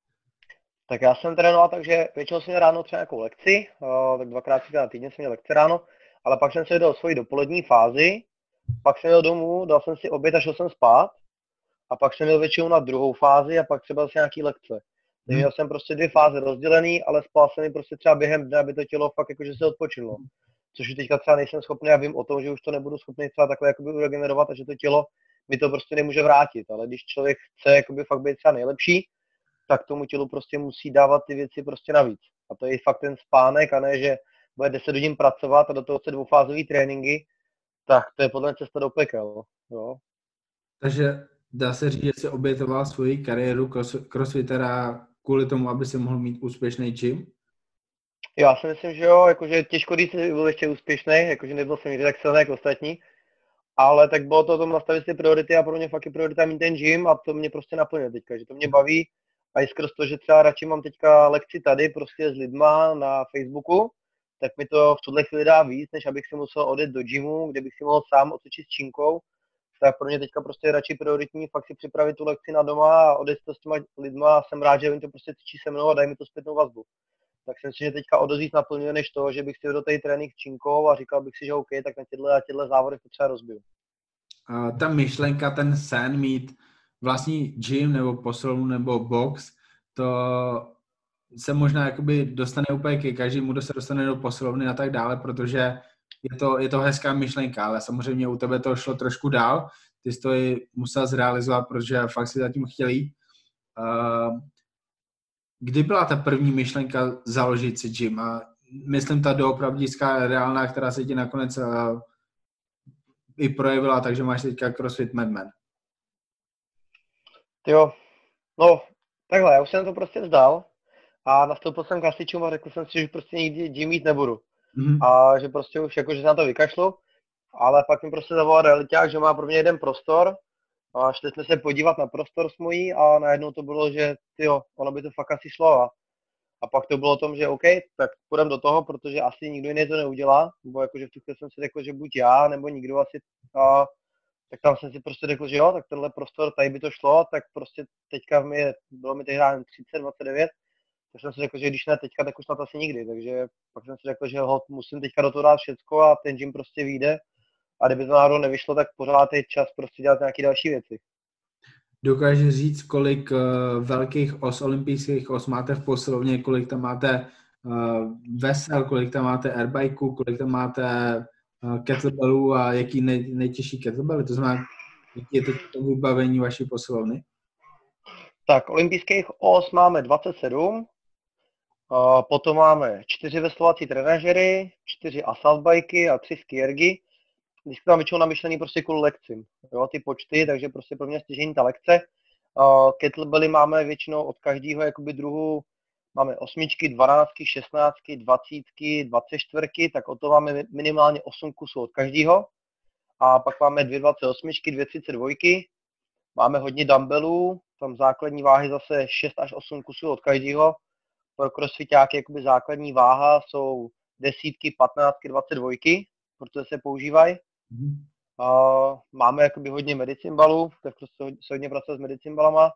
Tak já jsem trénoval tak, že většinou jsem měl ráno třeba nějakou lekci, tak 2x3 týdně jsem měl lekce ráno, ale pak jsem se dal svoji dopolední fázi, pak jsem jel domů, dal jsem si oběd a šel jsem spát, a pak jsem měl většinou na druhou fázi a pak třeba zase nějaký lekce. Měl jsem prostě 2 fáze rozdělený, ale spal jsem mi prostě třeba během dne, aby to tělo fakt jakože se odpočilo. Což už teďka třeba nejsem schopný a vím o tom, že už to nebudu schopný třeba takhle jakoby uregenerovat a že to tělo mi to prostě nemůže vrátit. Ale když člověk chce jakoby fakt být třeba nejlepší, tak tomu tělu prostě musí dávat ty věci prostě navíc. A to je fakt ten spánek a ne, že bude 10 hodin pracovat a do toho chce 2fázový tréninky, tak to je podle mě cesta do pekel. Jo. Takže dá se říct, že jsi obětoval svoji kariéru crossfitera kvůli tomu, aby si mohl mít úspěšný gym? Já si myslím, že jo, jakože těžko když jsi byl ještě úspěšný, jakože nebyl jsem nikdy tak silný jako ostatní, ale tak bylo to o tom nastavit si priority a pro mě fakt je priorita mít ten gym a to mě prostě naplňuje teďka, že to mě baví a i skrz to, že třeba radši mám teďka lekci tady prostě s lidma na Facebooku, tak mi to v tuhle chvíli dá víc, než abych si musel odjet do gymu, kde bych si mohl sám odcvičit s činkou. Tak pro mě teďka prostě je radši prioritní fakt si připravit tu lekci na doma a odjet to s těma lidma a jsem rád, že oni to prostě cvičí se mnou a dají mi tu zpětnou vazbu. Tak jsem si, že teďka o dost víc naplňuje než to, že bych si do té trénink s činkou a říkal bych si, že OK, tak na těchto závodech to třeba rozbiju. Ta myšlenka, ten sen mít vlastní gym nebo posilovnu nebo box, to se možná jakoby dostane úplně ke každému, kdo se dostane do posilovny a tak dále, protože je to hezká myšlenka, ale samozřejmě u tebe to šlo trošku dál, ty jsi to i musel zrealizovat, protože fakt si zatím chtěl jít. Kdy byla ta první myšlenka založit si gym? A myslím ta doopravdická, reálná, která se ti nakonec i projevila, takže máš teďka CrossFit Madman. Jo, no takhle, já už jsem to prostě vzdal a nastoupil jsem k hasičům a řekl jsem si, že prostě nikdy gym mít nebudu. A že prostě už jako, že se na to vykašlu, ale pak mi prostě zavolal realiták, že má pro mě jeden prostor a šli jsme se podívat na prostor s mojí a najednou to bylo, že tyjo, ono by to fakt asi šlo a pak to bylo o tom, že OK, tak půjdem do toho, protože asi nikdo jiný to neudělá, nebo jakože v tu chvíli jsem si řekl, že buď já, nebo nikdo asi, tak tam jsem si prostě řekl, že jo, tak tenhle prostor, tady by to šlo, tak prostě teďka bylo mi tehdy 30, 29, tak jsem si řekl, že když ne teďka, tak už snad asi nikdy, takže pak jsem si řekl, že musím teďka do toho dát všecko a ten gym prostě vyjde a kdyby to náhodou nevyšlo, tak pořád je čas prostě dělat nějaké další věci. Dokážeš říct, kolik velkých olympijských os máte v posilovně, kolik tam máte vesel, kolik tam máte airbikeů, kolik tam máte kettlebellů a jaký nejtěžší kettlebelly, to znamená, jaký je to vybavení vaší posilovny? Tak, olympijských os máme 27, potom máme 4 veslovací trenažery, 4 assault bajky a 3 skiergy. Vždycky tam většinou namyšlený prostě kvůli lekcím, jo, ty počty, takže prostě pro mě stěžení ta lekce. Kettlebelly máme většinou od každého jakoby druhu, máme 8, 12, 16, 20, 24, tak o to máme minimálně 8 kusů od každého. A pak máme 2 28, 2 32, máme hodně dumbbellů, tam základní váhy zase 6 až 8 kusů od každého. Pro crossfitáky jakoby základní váha jsou 10, 15, 22, protože se používají. Máme jakoby hodně medicimbalů, tak prostě se hodně pracuje s medicimbalama.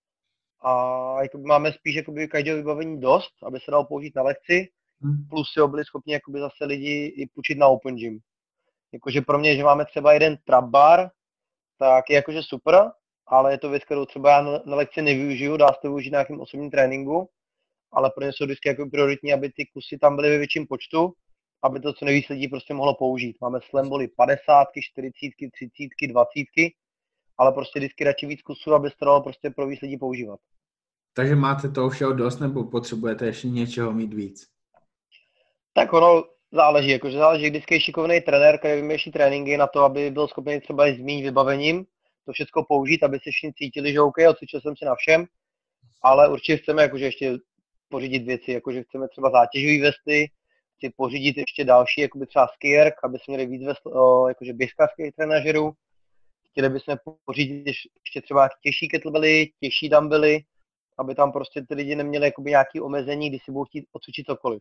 A jakoby máme spíš jakoby každého vybavení dost, aby se dalo použít na lekci, plus si ho byli schopni jakoby zase lidi i půjčit na open gym. Jakože pro mě, že máme třeba jeden trap bar, tak je jakože super, ale je to věc, kterou třeba já na lekci nevyužiju, dá se to využít na nějakém osobním tréninku, ale pro ně jsou vždycky jako prioritní, aby ty kusy tam byly ve větším počtu, aby to co nejvíc lidí prostě mohlo použít. Máme slamboly 50, 40, 30, 20, ale prostě vždycky radši víc kusů, aby se to dalo prostě pro víc lidí používat. Takže máte toho všeho dost, nebo potřebujete ještě něčeho mít víc? Tak ono záleží, jakože záleží, vždycky je šikovný trenér, který vymýšlí tréninky na to, aby byl schopný třeba i s méně vybavením to všechno použít, aby se všichni cítili, že OK, odcvičil jsem si na všem, ale určitě chceme jakože ještě pořídit věci, jakože chceme třeba zátěžové vesty, chci pořídit ještě další, jakoby třeba skierk, aby jsme měli víc jakože běžkařských trenažerů. Chtěli bychom pořídit ještě třeba těžší kettlebelly, těžší dumbbelly, aby tam prostě ty lidi neměli jakoby nějaké omezení, když si budou chtít odcvičit cokoliv.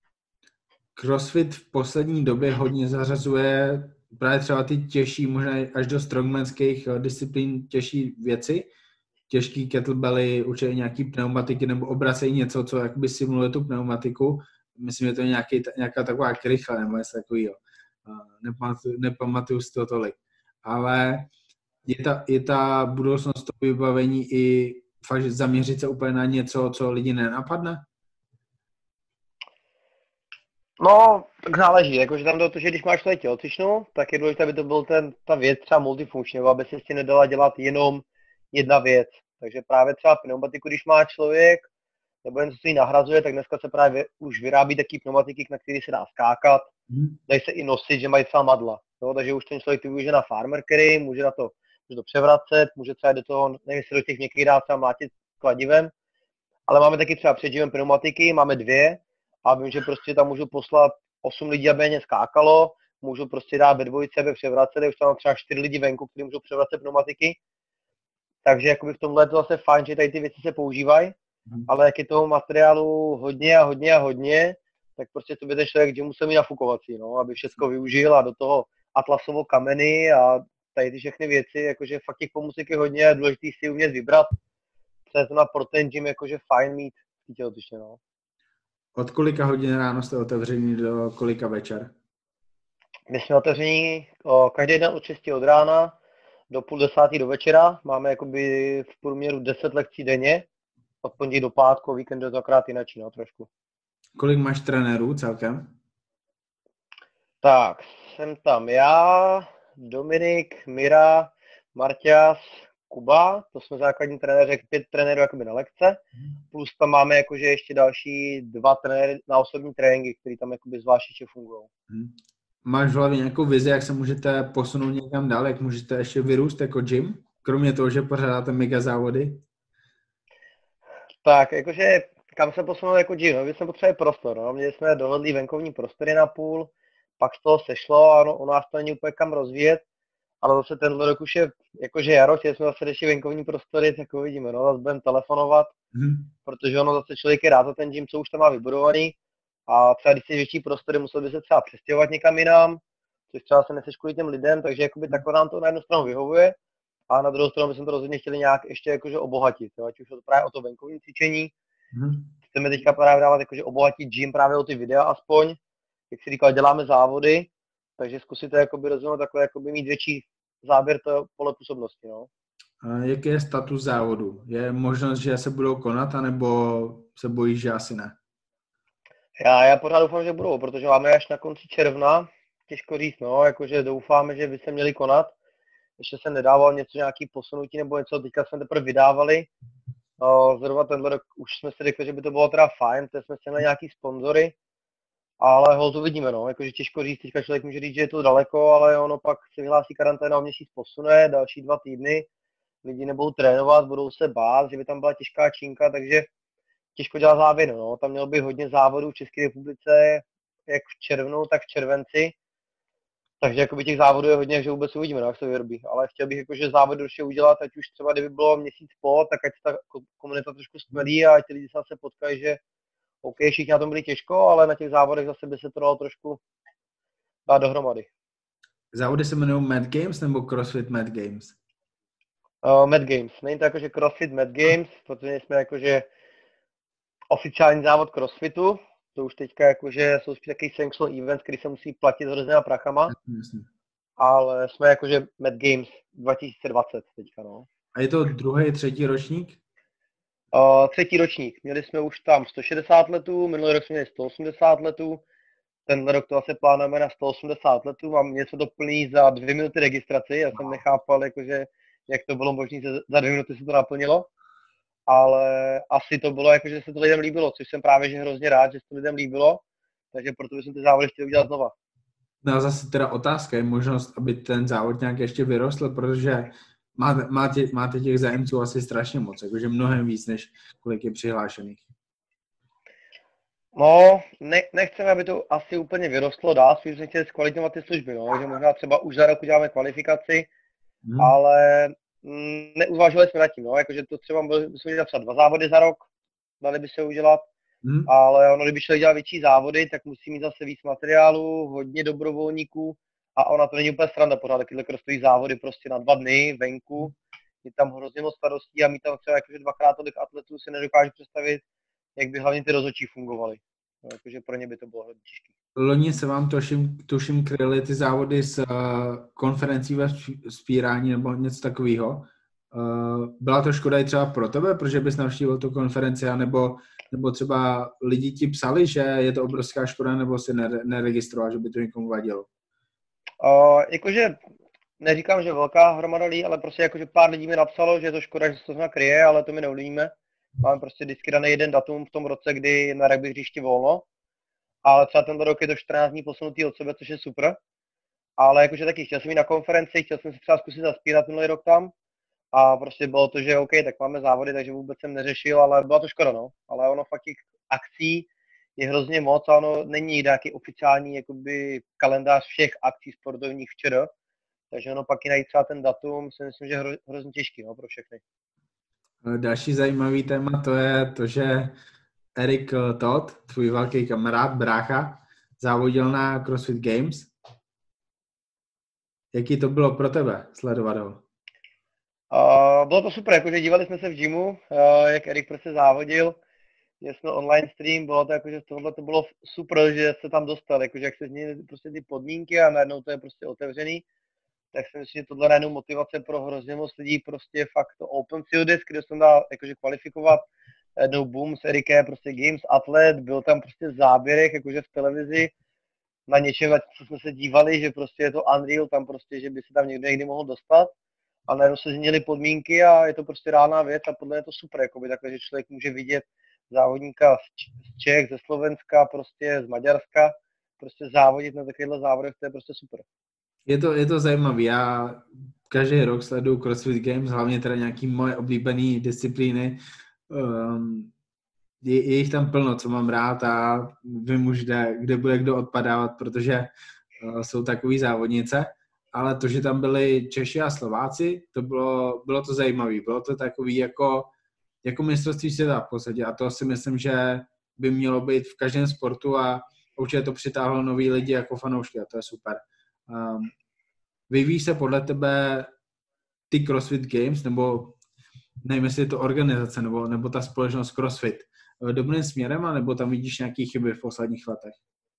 CrossFit v poslední době hodně zařazuje právě třeba ty těžší, možná až do strongmanských disciplín těžší věci, těžký kettlebelly, určitě nějaký pneumatiky nebo obracejí něco, co jakoby simuluje tu pneumatiku. Myslím, že to je nějaká taková krychla nebo něco takového. Nepamatuju si to tolik. Ale je ta budoucnost toho vybavení i fakt zaměřit se úplně na něco, co lidi nenapadne? No, tak záleží, jakože tam to, že když máš tady tělocvičnu, tak je důležité, aby to byl ta věc třeba multifunkční, aby se s tím nedala dělat jenom jedna věc. Takže právě třeba pneumatiku, když má člověk, nebo jen co si ji nahrazuje, tak dneska se právě už vyrábí taky pneumatiky, na který se dá skákat, dají se i nosit, že mají třeba madla. Jo? Takže už ten člověk využije na farmer carry, může to převracet, může třeba do toho, nevím, jestli do těch měkkých dá třeba mlátit kladivem, ale máme taky třeba před gymem pneumatiky, máme 2 a vím, že prostě tam můžu poslat 8 lidí, aby mě skákalo, můžu prostě dát ve dvojici, aby převraceli, už tam mám třeba 4 lidi venku, kteří můžou převracet pneumatiky. Takže jakoby v tomhle je to zase fajn, že tady ty věci se používají, ale jak je toho materiálu hodně, tak prostě to by ten člověk gym musel mít nafukovací, no, aby všechno využil a do toho atlasovo kameny a tady ty všechny věci, jakože fakt těch pomůcek je hodně, je důležité si umět vybrat. To pro ten gym jakože fajn mít v tělocvičně, no. Od kolika hodin ráno jste otevření do kolika večer? My jsme otevření každý den od 6 od rána do půl desátý do večera. Máme jakoby v průměru 10 lekcí denně. Od pondělí do pátku, víkendu to akorát jináčí, no, trošku. Kolik máš trenérů celkem? Tak, jsem tam já, Dominik, Mira, Marťas, Kuba, to jsme základní trenéři, 5 trenérů jakoby na lekce, plus tam máme jakože ještě další 2 trenéry na osobní tréninky, který tam jakoby zvlášť ještě fungují. Máš v hlavě nějakou vizi, jak se můžete posunout někam dál, jak můžete ještě vyrůst jako gym? Kromě toho, že pořádáte mega závody? Tak, jakože kam se posunout jako gym, no, my jsme potřebovali prostor, no, měli jsme dohodlý venkovní prostory na půl, pak z toho sešlo a no, u nás to není úplně kam rozvíjet, ale zase tenhle rok už je jakože jaro, chtěli jsme zase ještě venkovní prostory, tak uvidíme, no, zase budeme telefonovat, protože ono zase člověk je rád za ten gym, co už tam má vybudovaný a třeba když si větší prostory, musel by se třeba přestěhovat někam jinam, což třeba se neseš kvůli těm lidem, takže jakoby takhle nám to na jednu stranu vyhovuje a na druhou stranu bychom to rozhodně chtěli nějak ještě jakože obohatit, jo? Ať už to právě o to venkovní cvičení. Chceme teďka právě dávat jakože obohatit gym právě o ty videa aspoň, jak si říkal, děláme závody, takže zkusit to jakoby rozvinout takhle, jakoby mít větší záběr toho pole působnosti, no. A jaký je status závodu? Je možnost, že se budou konat, anebo se bojíš, že asi ne? Já pořád doufám, že budou, protože máme až na konci června, těžko říct, no, jakože doufáme, že by se měli konat. Ještě jsem nedával něco, nějaký posunutí nebo něco, teďka jsme teprve vydávali. No, zrovna tenhle rok už jsme si řekli, že by to bylo teda fajn, teď jsme si měli nějaký sponzory, ale holt uvidíme, no, jakože těžko říct, teďka člověk může říct, že je to daleko, ale ono pak se vyhlásí karanténa, o měsíc posune, další 2 týdny, lidi nebudou trénovat, budou se bát, že by tam byla těžká čínka, takže těžko dělat závěr, no, tam mělo být hodně závodů v České republice, jak v červnu, tak v červenci. Takže jakoby těch závodů je hodně, že vůbec uvidíme, no, jak se vyrobí. Ale chtěl bych jakože závody určitě udělat, ať už třeba kdyby bylo měsíc po, tak ať ta komunita trošku stmelí a ti lidi se zase potkají, že OK, všichni na tom byli těžko, ale na těch závodech zase by se to dalo trošku dát dohromady. Závody se jmenují Mad Games nebo CrossFit Mad Games? Mad Games. Není to jakože CrossFit Mad Games, protože jsme jakože oficiální závod CrossFitu. To už teďka jakože jsou spíš takový sanctional events, který se musí platit s hrozněma prachama. Ale jsme jakože Mad Games 2020 teďka, no. A je to druhý, třetí ročník? Třetí ročník. Měli jsme už tam 160 letů, minulý rok jsme měli 180 letů, tenhle rok to asi plánujeme na 180 letů, mám něco doplní za 2 minuty registraci, já jsem nechápal, jakože, jak to bylo možné, za 2 minuty se to naplnilo, ale asi to bylo, jakože se to lidem líbilo, což jsem právě že hrozně rád, že se to lidem líbilo, takže proto bych ty závody chtěl udělat znova. No a zase teda otázka je možnost, aby ten závod nějak ještě vyrostl, protože máte těch zájemců asi strašně moc, jakože mnohem víc, než kolik je přihlášených. No, nechceme, aby to asi úplně vyrostlo dál, spíš jsme chtěli zkvalitňovat ty služby, no, že možná třeba už za rok uděláme kvalifikaci, ale neuvažovali jsme nad tím, no, jakože to třeba musíme dělat třeba 2 závody za rok, dali by se udělat, ale ono, kdyby šli dělat větší závody, tak musí mít zase víc materiálu, hodně dobrovolníků a ona to není úplně sranda pořád, takovýhle crossový závody prostě na 2 dny venku, je tam hrozně moc starostí a mít tam třeba jakože 2x tolik atletů si nedokážu představit, jak by hlavně ty rozhodčí fungovaly. No, jakože pro ně by to bylo hodně těžké. Loni se vám tuším kryly ty závody s konferencí ve vzpírání nebo něco takového. Byla to škoda i třeba pro tebe, protože bys navštívil tu konferenci, nebo třeba lidi ti psali, že je to obrovská škoda, nebo si neregistroval, že by to někomu vadilo? Jakože neříkám, že velká hromada lidí, ale prostě jakože pár lidí mi napsalo, že je to škoda, že se to znamená kryje, ale to my neovlivníme. Máme prostě vždycky daný jeden datum v tom roce, kdy na rugby hřiště volno, ale třeba tento rok je to 14 dní posunutý od sebe, což je super. Ale jakože taky chtěl jsem jít na konferenci, chtěl jsem se třeba zkusit zaspírat minulý rok tam a prostě bylo to, že OK, tak máme závody, takže vůbec jsem neřešil, ale byla to škoda, no. Ale ono fakt těch akcí je hrozně moc a ono není nějaký oficiální jakoby kalendář všech akcí sportovních včera, takže ono pak i najít třeba ten datum, si myslím, že je hrozně těžký, no, pro všechny. Další zajímavý téma to je to, že Erik Todd, tvůj velký kamarád, brácha, závodil na CrossFit Games. Jaký to bylo pro tebe sledovat ho? Bylo to super, jakože dívali jsme se v gymu, jak Erik prostě závodil, měli jsme online stream, bylo to jakože tohle to bylo super, že se tam dostal, jakože jak se změnily prostě ty podmínky a najednou to je prostě otevřený, tak si myslím, že tohle najednou motivace pro hrozně moc lidí, prostě fakt to Open Field, kde jsem dal jakože kvalifikovat, najednou boom s Erikem, prostě Games Atlet, byl tam prostě v záběrech, jakože v televizi, na něčem, na co jsme se dívali, že prostě je to unreal, tam prostě, že by se tam někdy mohl dostat. A najednou se změnily podmínky a je to prostě reálná věc a podle mě je to super, jakoby takhle, že člověk může vidět závodníka z Čech, ze Slovenska, prostě z Maďarska, prostě závodit na takovýchhle závodech, to je prostě super. Je to zajímavé. Já každý rok sleduju CrossFit Games, hlavně teda nějaký moje oblíbené disciplíny. Je jich tam plno, co mám rád a vím už, kde bude kdo odpadávat, protože jsou takový závodnice. Ale to, že tam byli Češi a Slováci, to bylo to zajímavé. Bylo to takový jako mistrovství světa v podstatě. A to si myslím, že by mělo být v každém sportu a určitě to přitáhlo nový lidi jako fanoušky a to je super. Vyvíjí se podle tebe ty CrossFit Games, nebo nevím, jestli je to organizace, nebo ta společnost CrossFit dobrým směrem, anebo tam vidíš nějaké chyby v posledních letech?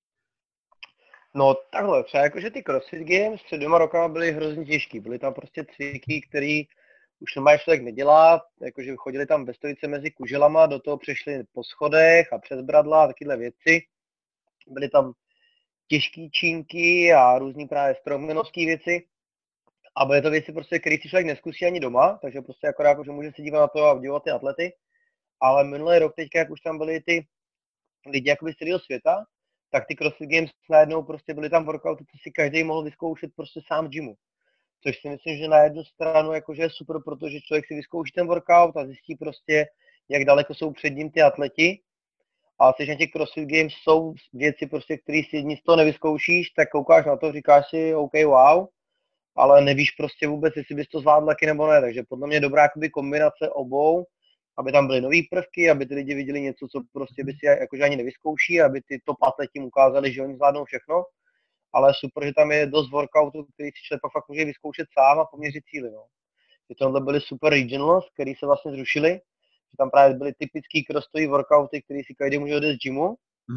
No takhle, třeba jakože ty CrossFit Games před 2 rokama byly hrozně těžký. Byly tam prostě cviky, který už normálně člověk nedělá, jakože chodili tam ve stojice mezi kuželama, do toho přešli po schodech a přes bradla a takovéhle věci. Byly tam těžký čínky a různý právě strongmanovský věci. A byly to věci, prostě, které si člověk neskusí ani doma, takže prostě akorát, jako, že může se dívat na to a obdivovat ty atlety. Ale minulý rok teďka, jak už tam byli ty lidi jakoby z celého světa, tak ty CrossFit Games najednou prostě byly tam workouty, co si každý mohl vyzkoušet prostě sám v gymu. Což si myslím, že na jednu stranu jakože je super, protože člověk si vyzkouší ten workout a zjistí prostě, jak daleko jsou před ním ty atleti. A když na těch CrossFit Games jsou věci, prostě, které si nic z toho nevyzkoušíš, tak koukáš na to, říkáš si OK, wow, ale nevíš prostě vůbec, jestli bys to zvládl taky nebo ne. Takže podle mě je dobrá jakoby kombinace obou, aby tam byly nové prvky, aby ty lidi viděli něco, co prostě by si jakože ani nevyzkouší, aby ty top atleti ukázali, že oni zvládnou všechno. Ale super, že tam je dost workoutů, který si člověk fakt může vyzkoušet sám a poměřit cíly. No. Že tohle byly super regionals, které se vlastně zrušily. Že tam právě byly typický crossový workouty, který si každý může odjet z gymu.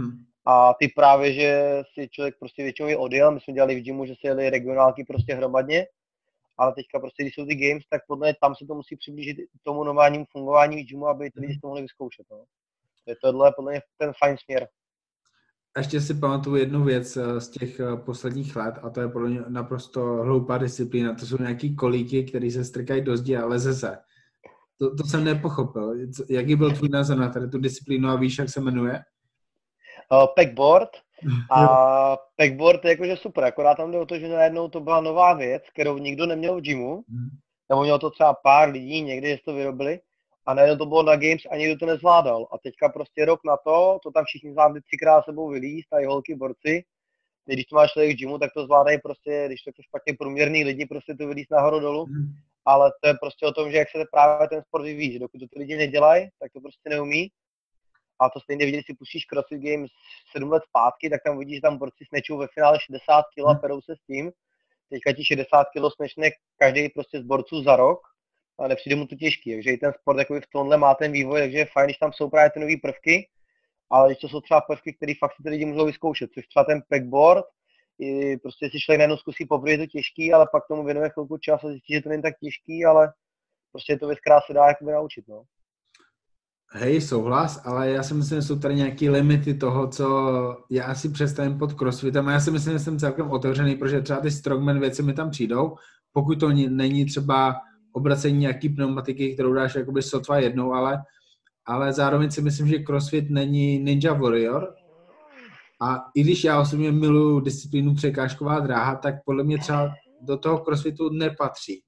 A ty právě, že si člověk prostě většinou je odjel, my jsme dělali v gymu, že se jeli regionálky prostě hromadně, ale teďka prostě, když jsou ty games, tak podle mě tam se to musí přiblížit tomu normálnímu fungování v gymu, aby ty lidi to mohli vyzkoušet. No. Je tohle podle mě ten fajn směr. Ještě si pamatuju jednu věc z těch posledních let a to je podle mě naprosto hloupá disciplína. To jsou nějaký kolíky, které se strkají do zdi a leze se. To jsem nepochopil. Jaký byl tvůj názor na tady tu disciplínu a víš, jak se jmenuje? Packboard. A packboard je jakože super, akorát tam jde o to, že najednou to byla nová věc, kterou nikdo neměl v gymu, nebo mělo to třeba pár lidí, někdy to vyrobili, a najednou to bylo na Games a nikdo to nezvládal. A teďka prostě rok na to tam všichni zvládli 3krát sebou vylízt, a i holky, borci. Když to máš člověk v gymu, tak to zvládají prostě, když to špatně průměrný lidi, prostě to vylízt nahoru dolů. Ale to je prostě o tom, že jak se právě ten sport vyvíjí, že dokud to ty lidi nedělají, tak to prostě neumí. A to stejně viděli, si pustíš CrossFit Games 7 let zpátky, tak tam vidíš, že tam borci snečou ve finále 60 kg a perou se s tím. Teďka ti 60 kg snečne každý prostě z borců za rok a nepřijde mu to těžký. Takže i ten sport jakoby v tomhle má ten vývoj, takže je fajn, když tam jsou právě ty nové prvky, ale když to jsou třeba prvky, které fakt si ty lidi můžou vyzkoušet, což třeba ten packboard, i prostě si člověk najednou zkusí poprvé, je to těžký, ale pak tomu věnuje chvilku čas a zjistí, že to není tak těžký, ale prostě je to věc, která se dá jakoby naučit. No. Hej, souhlas, ale já si myslím, že jsou tady nějaké limity toho, co já si představím pod crossfitem a já si myslím, že jsem celkem otevřený, protože třeba ty strongman věci mi tam přijdou, pokud to není třeba obracení nějaký pneumatiky, kterou dáš jakoby sotva jednou, ale zároveň si myslím, že crossfit není Ninja Warrior a i když já osobně miluju disciplínu překážková dráha, tak podle mě třeba do toho crossfitu nepatří.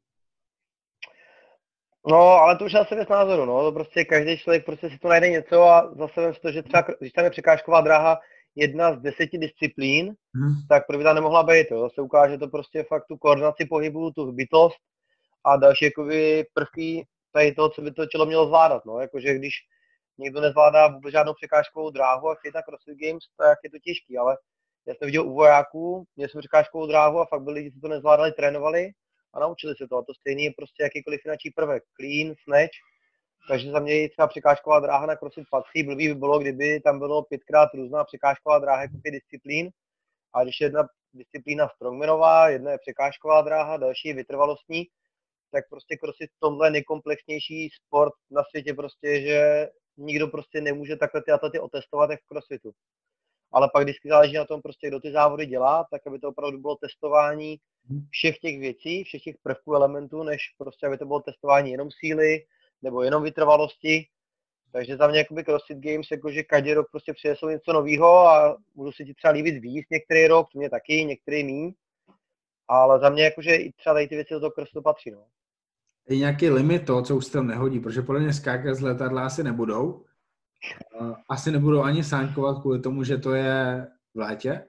No, ale to už je asi věc názoru, no, to prostě každý člověk prostě si to najde něco a zase vem si to, že třeba, když tam je překážková dráha jedna z 10 disciplín, tak proč by tam nemohla být, jo, zase ukáže to prostě fakt tu koordinaci pohybu, tu hbitost a další jakoby prvky tady toho, co by to tělo mělo zvládat, no, jakože když někdo nezvládá vůbec žádnou překážkovou dráhu a chce jít na CrossFit Games, tak je to těžký, ale já jsem viděl u vojáků, měli jsme překážkovou dráhu a fakt byli lidi, co to nezvládali, trénovali a naučili se to. A to stejný je prostě jakýkoliv jiný prvek, clean, snatch. Takže za mě i třeba překážková dráha na CrossFit patří. Blbý by bylo, kdyby tam bylo 5krát různá překážková dráha jako 5 disciplín. A když je jedna disciplína strongmanová, jedna je překážková dráha, další je vytrvalostní, tak prostě CrossFit v tomhle nejkomplexnější sport na světě prostě, že nikdo prostě nemůže takhle ty atlety otestovat jak v CrossFitu. Ale pak vždycky záleží na tom prostě, kdo ty závody dělá, tak aby to opravdu bylo testování všech těch věcí, všech těch prvků, elementů, než prostě, aby to bylo testování jenom síly, nebo jenom vytrvalosti. Takže za mě jakoby CrossFit Games, jakože každý rok prostě přinesou něco nového a můžu si ti třeba líbit víc některý rok, to mě taky, některý míň. Ale za mě jakože i třeba tady ty věci do toho CrossFitu patří, no. Je nějaký limit toho, co už se tam nehodí, protože podle mě skákat z letadla asi nebudou. Asi nebudou ani sáňkovat kvůli tomu, že to je v létě.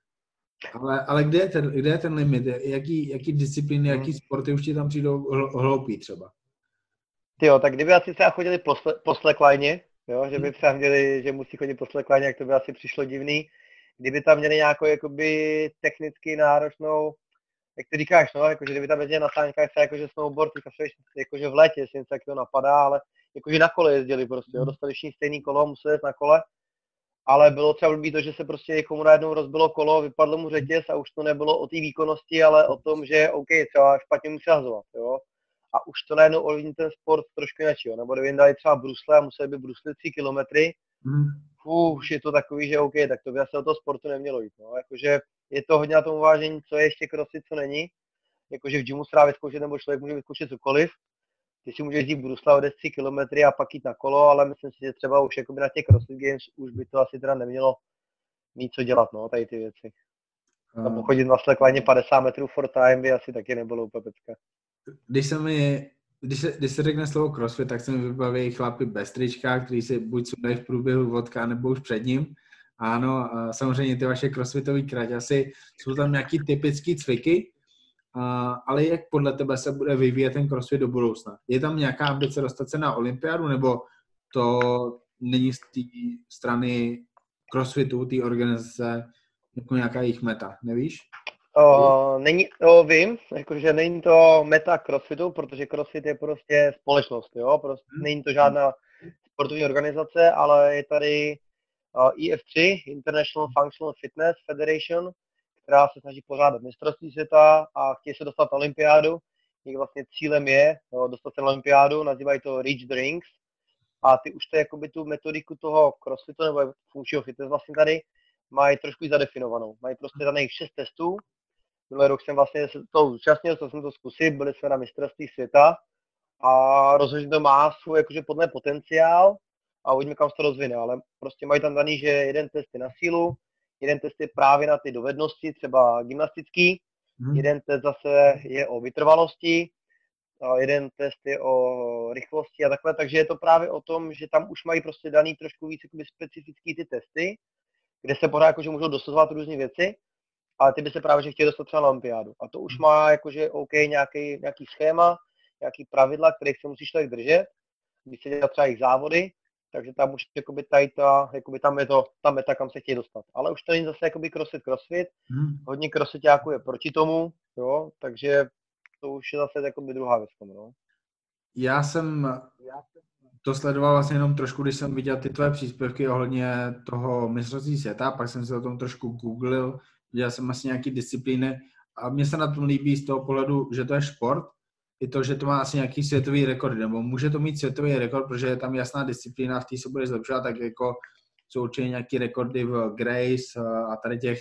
Ale kde je ten limit? Jaký disciplíny, jaký sporty už ti tam přijdou hloupý třeba? Tyjo, tak kdyby asi třeba chodili po slackline, jo, že by třeba měli, že musí chodit po slackline, jak to by asi přišlo divný. Kdyby tam měli nějakou jakoby technicky náročnou, jak ty říkáš, no, jakože kdyby tam jezdili na sáňkách, jakože snowboard, jakože v létě, jestli něco takového napadá, ale jakože na kole jezdili prostě, jo, dostali všichni stejný kolo, museli jít na kole, ale bylo třeba blbý to, že se prostě někomu najednou rozbilo kolo, vypadlo mu řetěz a už to nebylo o té výkonnosti, ale o tom, že OK, třeba špatně mu přihazovat, jo. A už to najednou ovlivní ten sport trošku jinak, jo. Nebo kdyby jim dali třeba brusle a museli by bruslit 3 kilometry, už je to takový, že OK, tak to by asi o toho sportu nemělo jít, no. Jakože je to hodně na tom uvážení, co je ještě CrossFit, co není. Jakože v gymu se dá vyzkoušet, nebo člověk může vyzkoušet cokoliv. Ty si můžeš jít brusla odjet 3 kilometry a pak jít na kolo, ale myslím si, že třeba už jakoby na těch CrossFit Games už by to asi teda nemělo mít co dělat, no, tady ty věci. Tam chodit na slackline 50 metrů for time by asi taky nebylo úplně pecka. Když se řekne slovo CrossFit, tak se mi vybaví chlapi bez trička, který si buď sundají v průběhu vodka, nebo už před ním. Ano, a samozřejmě ty vaše crossfitový kraťasy, jsou tam nějaký typický cviky, ale jak podle tebe se bude vyvíjet ten crossfit do budoucna? Je tam nějaká ambice dostat se na olympiádu, nebo to není z té strany crossfitu, té organizace, jako nějaká jejich meta, nevíš? Vím, jakože není to meta CrossFitu, protože CrossFit je prostě společnost, jo, prostě není to žádná sportovní organizace, ale je tady IF3, International Functional Fitness Federation, která se snaží pořádat mistrovství světa a chtějí se dostat na olympiádu. Jejich vlastně cílem je dostat se na olympiádu, nazývají to Reach the Rings. A ty už to jakoby tu metodiku toho CrossFitu nebo funkčního fitness vlastně tady mají trošku zadefinovanou. Mají prostě daných 6 testů. Minulý rok jsem vlastně se to zúčastnil, to jsem to zkusit, byli jsme na mistrovství světa a rozhodně to má svůj jakože podle potenciál a uvidíme, kam se to rozvine, ale prostě mají tam daný, že jeden test je na sílu, jeden test je právě na ty dovednosti, třeba gymnastický, jeden test zase je o vytrvalosti, jeden test je o rychlosti a takhle, takže je to právě o tom, že tam už mají prostě daný trošku víc jakoby specifický ty testy, kde se pořád jakože můžou dosazovat různé věci, ale ty by se právě že chtěli dostat třeba na olympiádu. A to už má jakože OK nějaký schéma, nějaký pravidla, kterých se musí člověk držet, když se dělá třeba jejich závody, takže tam už jakoby tam je to ta meta, kam se chtějí dostat. Ale už to není zase jakoby crossfit. Hodně crossfitáků je proti tomu, jo, takže to už je zase jakoby druhá věc. No. Já jsem to sledoval vlastně jenom trošku, když jsem viděl ty tvoje příspěvky ohledně toho mistrovství světa, pak jsem se o tom trošku googlil, viděl jsem asi nějaký disciplíny a mně se na tom líbí z toho pohledu, že to je šport, i to, že to má asi nějaký světový rekord, nebo může to mít světový rekord, protože je tam jasná disciplína, v té se bude zlepšovat, tak jako jsou určitě nějaký rekordy v Grace a tady těch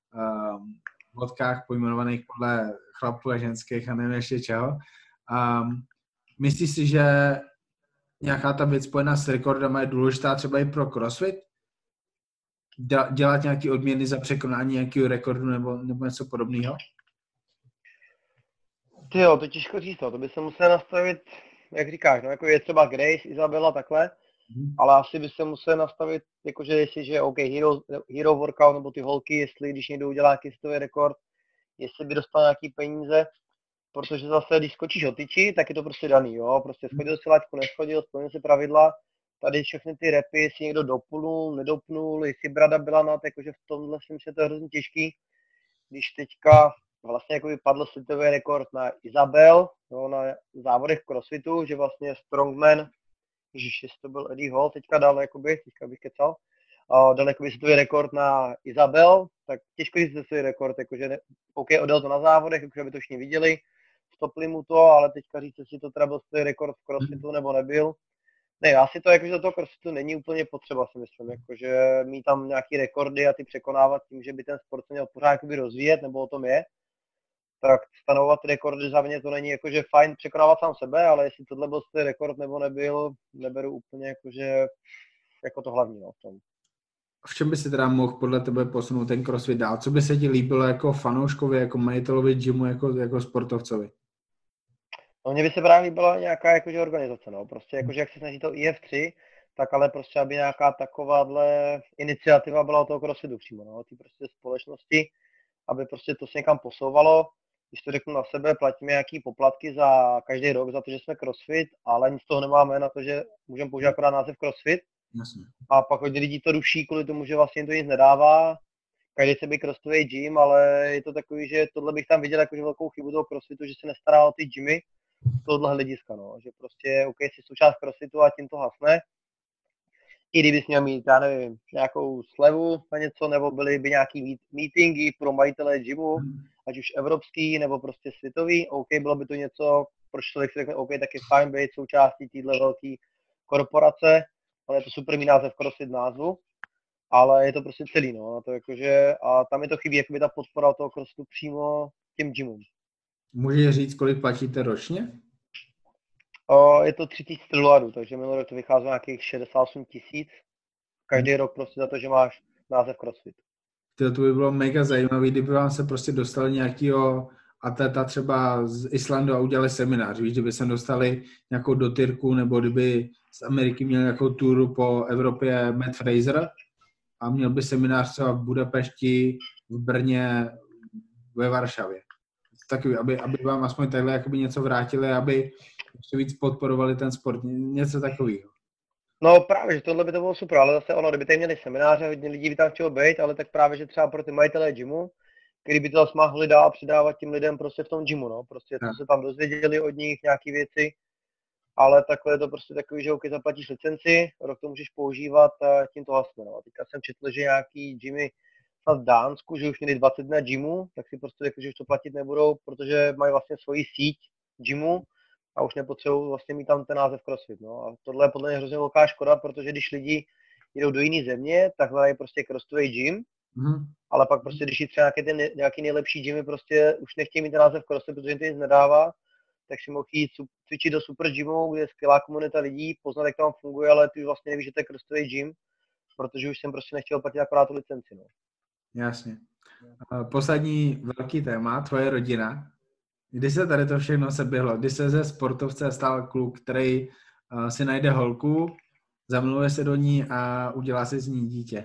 vodkách pojmenovaných podle chlapů a ženských a nevím ještě čeho. Myslíš si, že nějaká ta věc spojená s rekordama je důležitá třeba i pro CrossFit? Dělat nějaké odměny za překonání nějakého rekordu nebo něco podobného? Jo, to těžko říct, to by se musel nastavit, jak říkáš, no, jako je třeba Grace, Izabela, takhle, ale asi by se musel nastavit, jakože jestliže OK, hero workout, nebo ty holky, jestli když někdo udělá nějaký světový rekord, jestli by dostal nějaký peníze, protože zase, když skočíš o tyči, tak je to prostě daný, jo, prostě schodil si laťku, neschodil, splnil si pravidla, tady všechny ty repy, jestli někdo dopnul, nedopnul, jestli brada byla nad, jakože v tomhle si myslím, že to je hrozně těžký, když teďka vlastně jako vypadl světový rekord na Isabel, jo, na závodech crossfitu, že vlastně strongman, ježiš, jestli to byl Eddie Hall, teďka dal, jakoby, teďka bych kecal, dal jakoby světový rekord na Isabel, tak těžko říct světový rekord, jakože ne, OK, odjel to na závodech, jakože by to všichni viděli, stopli mu to, ale teďka říct, jestli to teda byl světový rekord v crossfitu nebo nebyl. Ne, asi to jakože do toho crossfitu není úplně potřeba, si myslím, jakože mít tam nějaký rekordy a ty překonávat tím, že by ten sport se měl pořád jakoby rozvíjet, nebo o tom je, tak stanovovat rekordy za mě to není jakože fajn překonávat sám sebe, ale jestli tohle byl ten rekord nebo nebyl, neberu úplně jakože jako to hlavní, no, v tom. V čem by si teda mohl podle tebe posunout ten crossfit dál? Co by se ti líbilo jako fanouškovi, jako majitelovi gymu, jako sportovcovi? No mně by se právě líbila nějaká jakože organizace, no, prostě jakože jak se snaží to IF3, tak ale prostě aby nějaká takováhle iniciativa byla od toho crossfitu přímo, no, ty prostě společnosti, aby prostě to se někam posouvalo. Když to řeknu na sebe, platíme nějaký poplatky za každý rok za to, že jsme crossfit, ale nic z toho nemáme na to, že můžeme použít akorát název crossfit. Jasně. A pak hodně lidí to ruší kvůli tomu, že vlastně to nic nedává. Každý se by crossfitový gym, ale je to takový, že tohle bych tam viděl jakože velkou chybu toho crossfitu, že se nestará o ty gymy z tohohle hlediska, no. Že prostě OK, jsi součást crossfitu a tím to hasne. I kdybys měl mít, já nevím, nějakou slevu na něco, nebo byly by nějaký meetingy pro majitele gymu, ať už evropský, nebo prostě světový, OK, bylo by to něco, proč člověk si řekne, OK, tak je fajn být součástí téhle velké korporace, ale je to super mít název CrossFit názvu, ale je to prostě celý, no, a to jakože, a tam je to chybí, jakoby ta podpora toho CrossFitu přímo těm gymům. Můžeš říct, kolik platíte ročně? Je to 3000 dolarů, takže minulý rok to vycházelo nějakých 68 000 každý rok prostě za to, že máš název CrossFit. To by bylo mega zajímavé, kdyby vám se prostě dostali nějakého atleta třeba z Islandu a udělali seminář, víš, kdyby se dostali nějakou dotyrku, nebo kdyby z Ameriky měl nějakou turu po Evropě Matt Fraser a měl by seminář třeba v Budapešti, v Brně, ve Varšavě. Takový, aby vám aspoň takhle jakoby něco vrátili, aby ještě víc podporovali ten sport, něco takového. No právě, že tohle by to bylo super, ale zase ono, kdyby tady měli semináře, hodně lidí by tam chtělo být, ale tak právě, že třeba pro ty majitelé gymu, který by to zase mohli dál předávat tím lidem prostě v tom gymu, no, prostě co se tam dozvěděli od nich, nějaký věci, ale takhle je to prostě takový, že OK, zaplatíš licenci, rok to můžeš používat a tím to hasne, no. Teďka jsem četl, že nějaký gymy v Dánsku, že už měli 20 dní gymu, tak si prostě řekli, že už to platit nebudou, protože mají vlastně svoji síť gymu, a už nepotřebují vlastně mít tam ten název CrossFit. No. A tohle je podle mě hrozně velká škoda, protože když lidi jdou do jiné země, tak hledají prostě crossfitový gym, ale pak prostě, když jí třeba nějaký nejlepší gymy, prostě už nechtějí mít ten název CrossFit, protože jim to nic nedává, tak si mohl jít cvičit do super gymu, kde je skvělá komunita lidí, poznat, jak tam funguje, ale ty vlastně nevíš, že to je crossfitový gym, protože už jsem prostě nechtěl platit akorát tu licenci. No. Jasně. Poslední velký téma, tvoje rodina. Kdy se tady to všechno seběhlo? Kdy se ze sportovce stal kluk, který si najde holku, zamiluje se do ní a udělá si z ní dítě?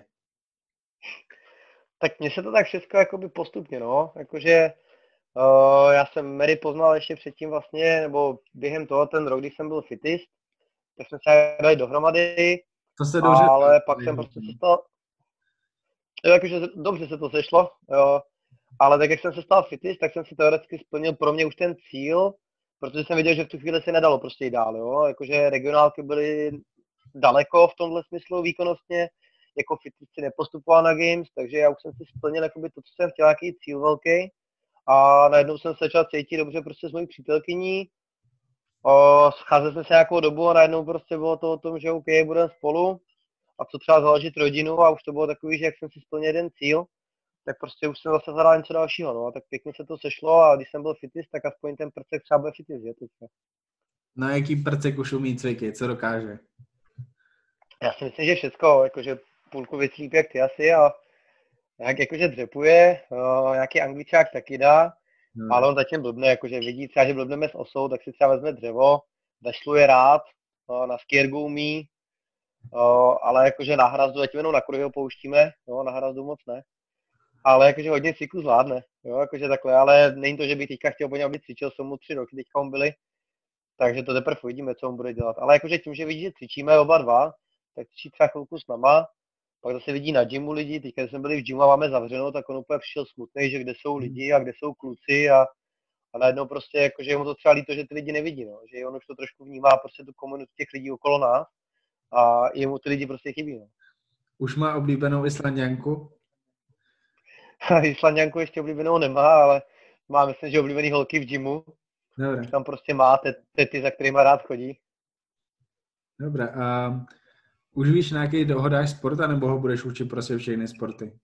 Tak mně se to tak všechno jakoby postupně, no. Jakože já jsem Mary poznal ještě předtím vlastně, nebo během toho ten rok, když jsem byl fitist, tak jsme se dali dohromady, to se dobře, ale pak jsem prostě se stal, jakože dobře se to sešlo, jo. Ale tak jak jsem se stal fitist, tak jsem si teoreticky splnil pro mě už ten cíl, protože jsem viděl, že v tu chvíli se nedalo prostě jít dál, jo. Jakože regionálky byly daleko v tomhle smyslu výkonnostně, jako fitist si nepostupoval na games, takže já už jsem si splnil jakoby to, co jsem chtěl, nějaký cíl velký. A najednou jsem se začal cítit dobře prostě s mojí přítelkyní. Scházeli jsme se nějakou dobu a najednou prostě bylo to o tom, že OK, budeme spolu a co třeba založit rodinu a už to bylo takový, že jak jsem si splnil jeden cíl, tak prostě už jsem zase zadal něco dalšího, no a tak pěkně se to sešlo a když jsem byl fitist, tak aspoň ten prcek třeba bude fitist, že teďka. No jaký prcek už umí cviky, co dokáže? Já si myslím, že všecko, jakože půlku věcí líp jak ty asi a nějak jakože dřepuje, nějaký angličák taky dá, ale on zatím blbne, jakože vidí třeba, že blbneme s osou, tak si třeba vezme dřevo, dašluje rád, na skiergu umí, ale jakože na hrazdu, zatím jenom na kruhy ho pouštíme, na hrazdu moc ne. Ale jakože hodně cyklů zvládne, jo, jakože takhle, ale není to, že bych teďka chtěl po něm, aby cvičil, jsou mu 3 roky, teďka on byli, takže to teprve uvidíme, co on bude dělat. Ale jakože tím, že vidí, že cvičíme oba dva, tak přijít třeba chvilku s náma, pak zase vidí na gymu lidi, teďka jsme byli v gymu a máme zavřeno, tak on úplně přišel smutný, že kde jsou lidi a kde jsou kluci a najednou prostě jakože je mu to třeba líto, že ty lidi nevidí, no, že on už to trošku vnímá prostě tu komunitu těch lidí okolo nás a jemu ty lidi prostě chybí, no. Už má oblíbenou Islanďanku? Islanďanku ještě oblíbenou nemá, ale má, myslím, že oblíbený holky v gymu. Dobré. Už tam prostě má tety, za kterýma rád chodí. Dobré. A už víš, na jaký dohodáš sport, nebo ho budeš učit prostě všechny sporty?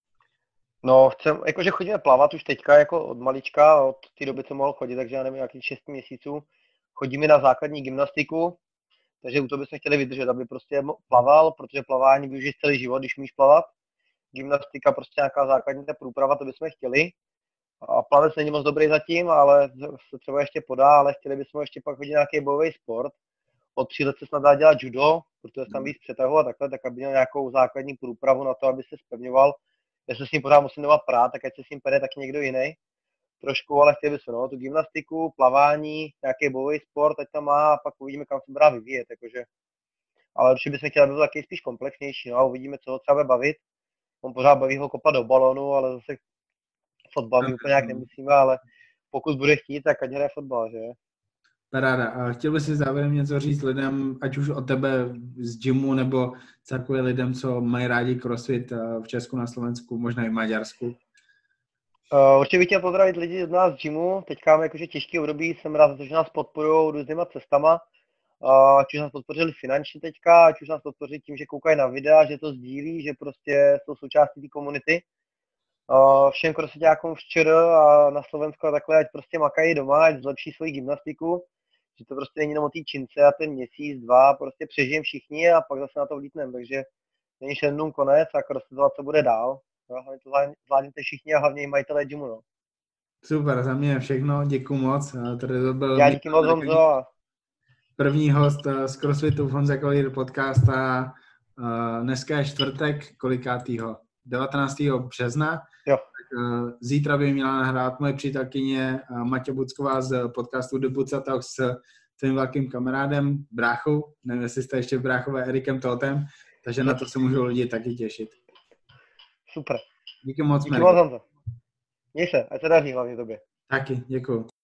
No, jakože chodíme plavat už teďka, jako od malička, od té doby, co mohl chodit, takže já nevím, jakých 6 měsíců. Chodíme na základní gymnastiku, takže u toho bychom chtěli vydržet, aby prostě plaval, protože plavání využiješ celý život, když umíš plavat. Gymnastika prostě nějaká základní průprava, to bychom chtěli. A plavec není moc dobrý zatím, ale se třeba ještě podá, ale chtěli bychom ještě pak hodit nějaký bojový sport. Od 3 let se snad dá dělat judo, protože tam víc přetahu a takhle, tak aby měl nějakou základní průpravu na to, aby se zpevňoval. Jestli s ním pořád musím doma prát, tak ať se s ním pere taky někdo jiný. Trošku, ale chtěli bychom, no, tu gymnastiku, plavání, nějaký bojový sport, ať tam má a pak uvidíme, kam se bude vyvíjet, jakože. Ale určitě bychom chtěli, aby byl taky spíš komplexnější, no a uvidíme, co ho třeba bude bavit. On pořád baví ho kopat do balonu, ale zase fotbal my úplně nějak nemusíme, ale pokud bude chtít, tak ať hraje fotbal, že? Paráda. A chtěl bys si závěrem něco říct lidem, ať už od tebe z gymu, nebo celkově lidem, co mají rádi crossfit v Česku, na Slovensku, možná i v Maďarsku? Určitě bych chtěl pozdravit lidi od nás z gymu. Teďka máme jakože těžký období, jsem rád za to, že nás podporují různýma cestama. Ať už nás podpořili finančně teďka, ať už nás podpořili tím, že koukají na videa, že to sdílí, že prostě jsou součástí té komunity. Všem crossfitákům včer a na Slovensku a takhle, ať prostě makají doma, ať zlepší svoji gymnastiku, že to prostě není jenom o té čince a ten měsíc, 2, prostě přežijeme všichni a pak zase na to vlítneme, takže není šednům konec a crossfitovat se bude dál. No, hlavně to zvládněte všichni a hlavně i majitelé gymu, no. Super, za mě všechno, děkuju moc. Tady to byl Já díky moc, Honzo. První host z CrossFitu v Honza Cavalier podcast a dneska je čtvrtek, kolikátýho? 19. března. Jo. Zítra by měla nahrát moje přítelkyně Maťa Bucková z podcastu The Buca Talk s tvým velkým kamarádem, bráchou. Nevím, jestli jste ještě bráchové Erikem Totem, takže na to se můžou lidi taky těšit. Super. Díky moc, Honzo. Měj se, ať se daří hlavně tobě. Taky, děkuju.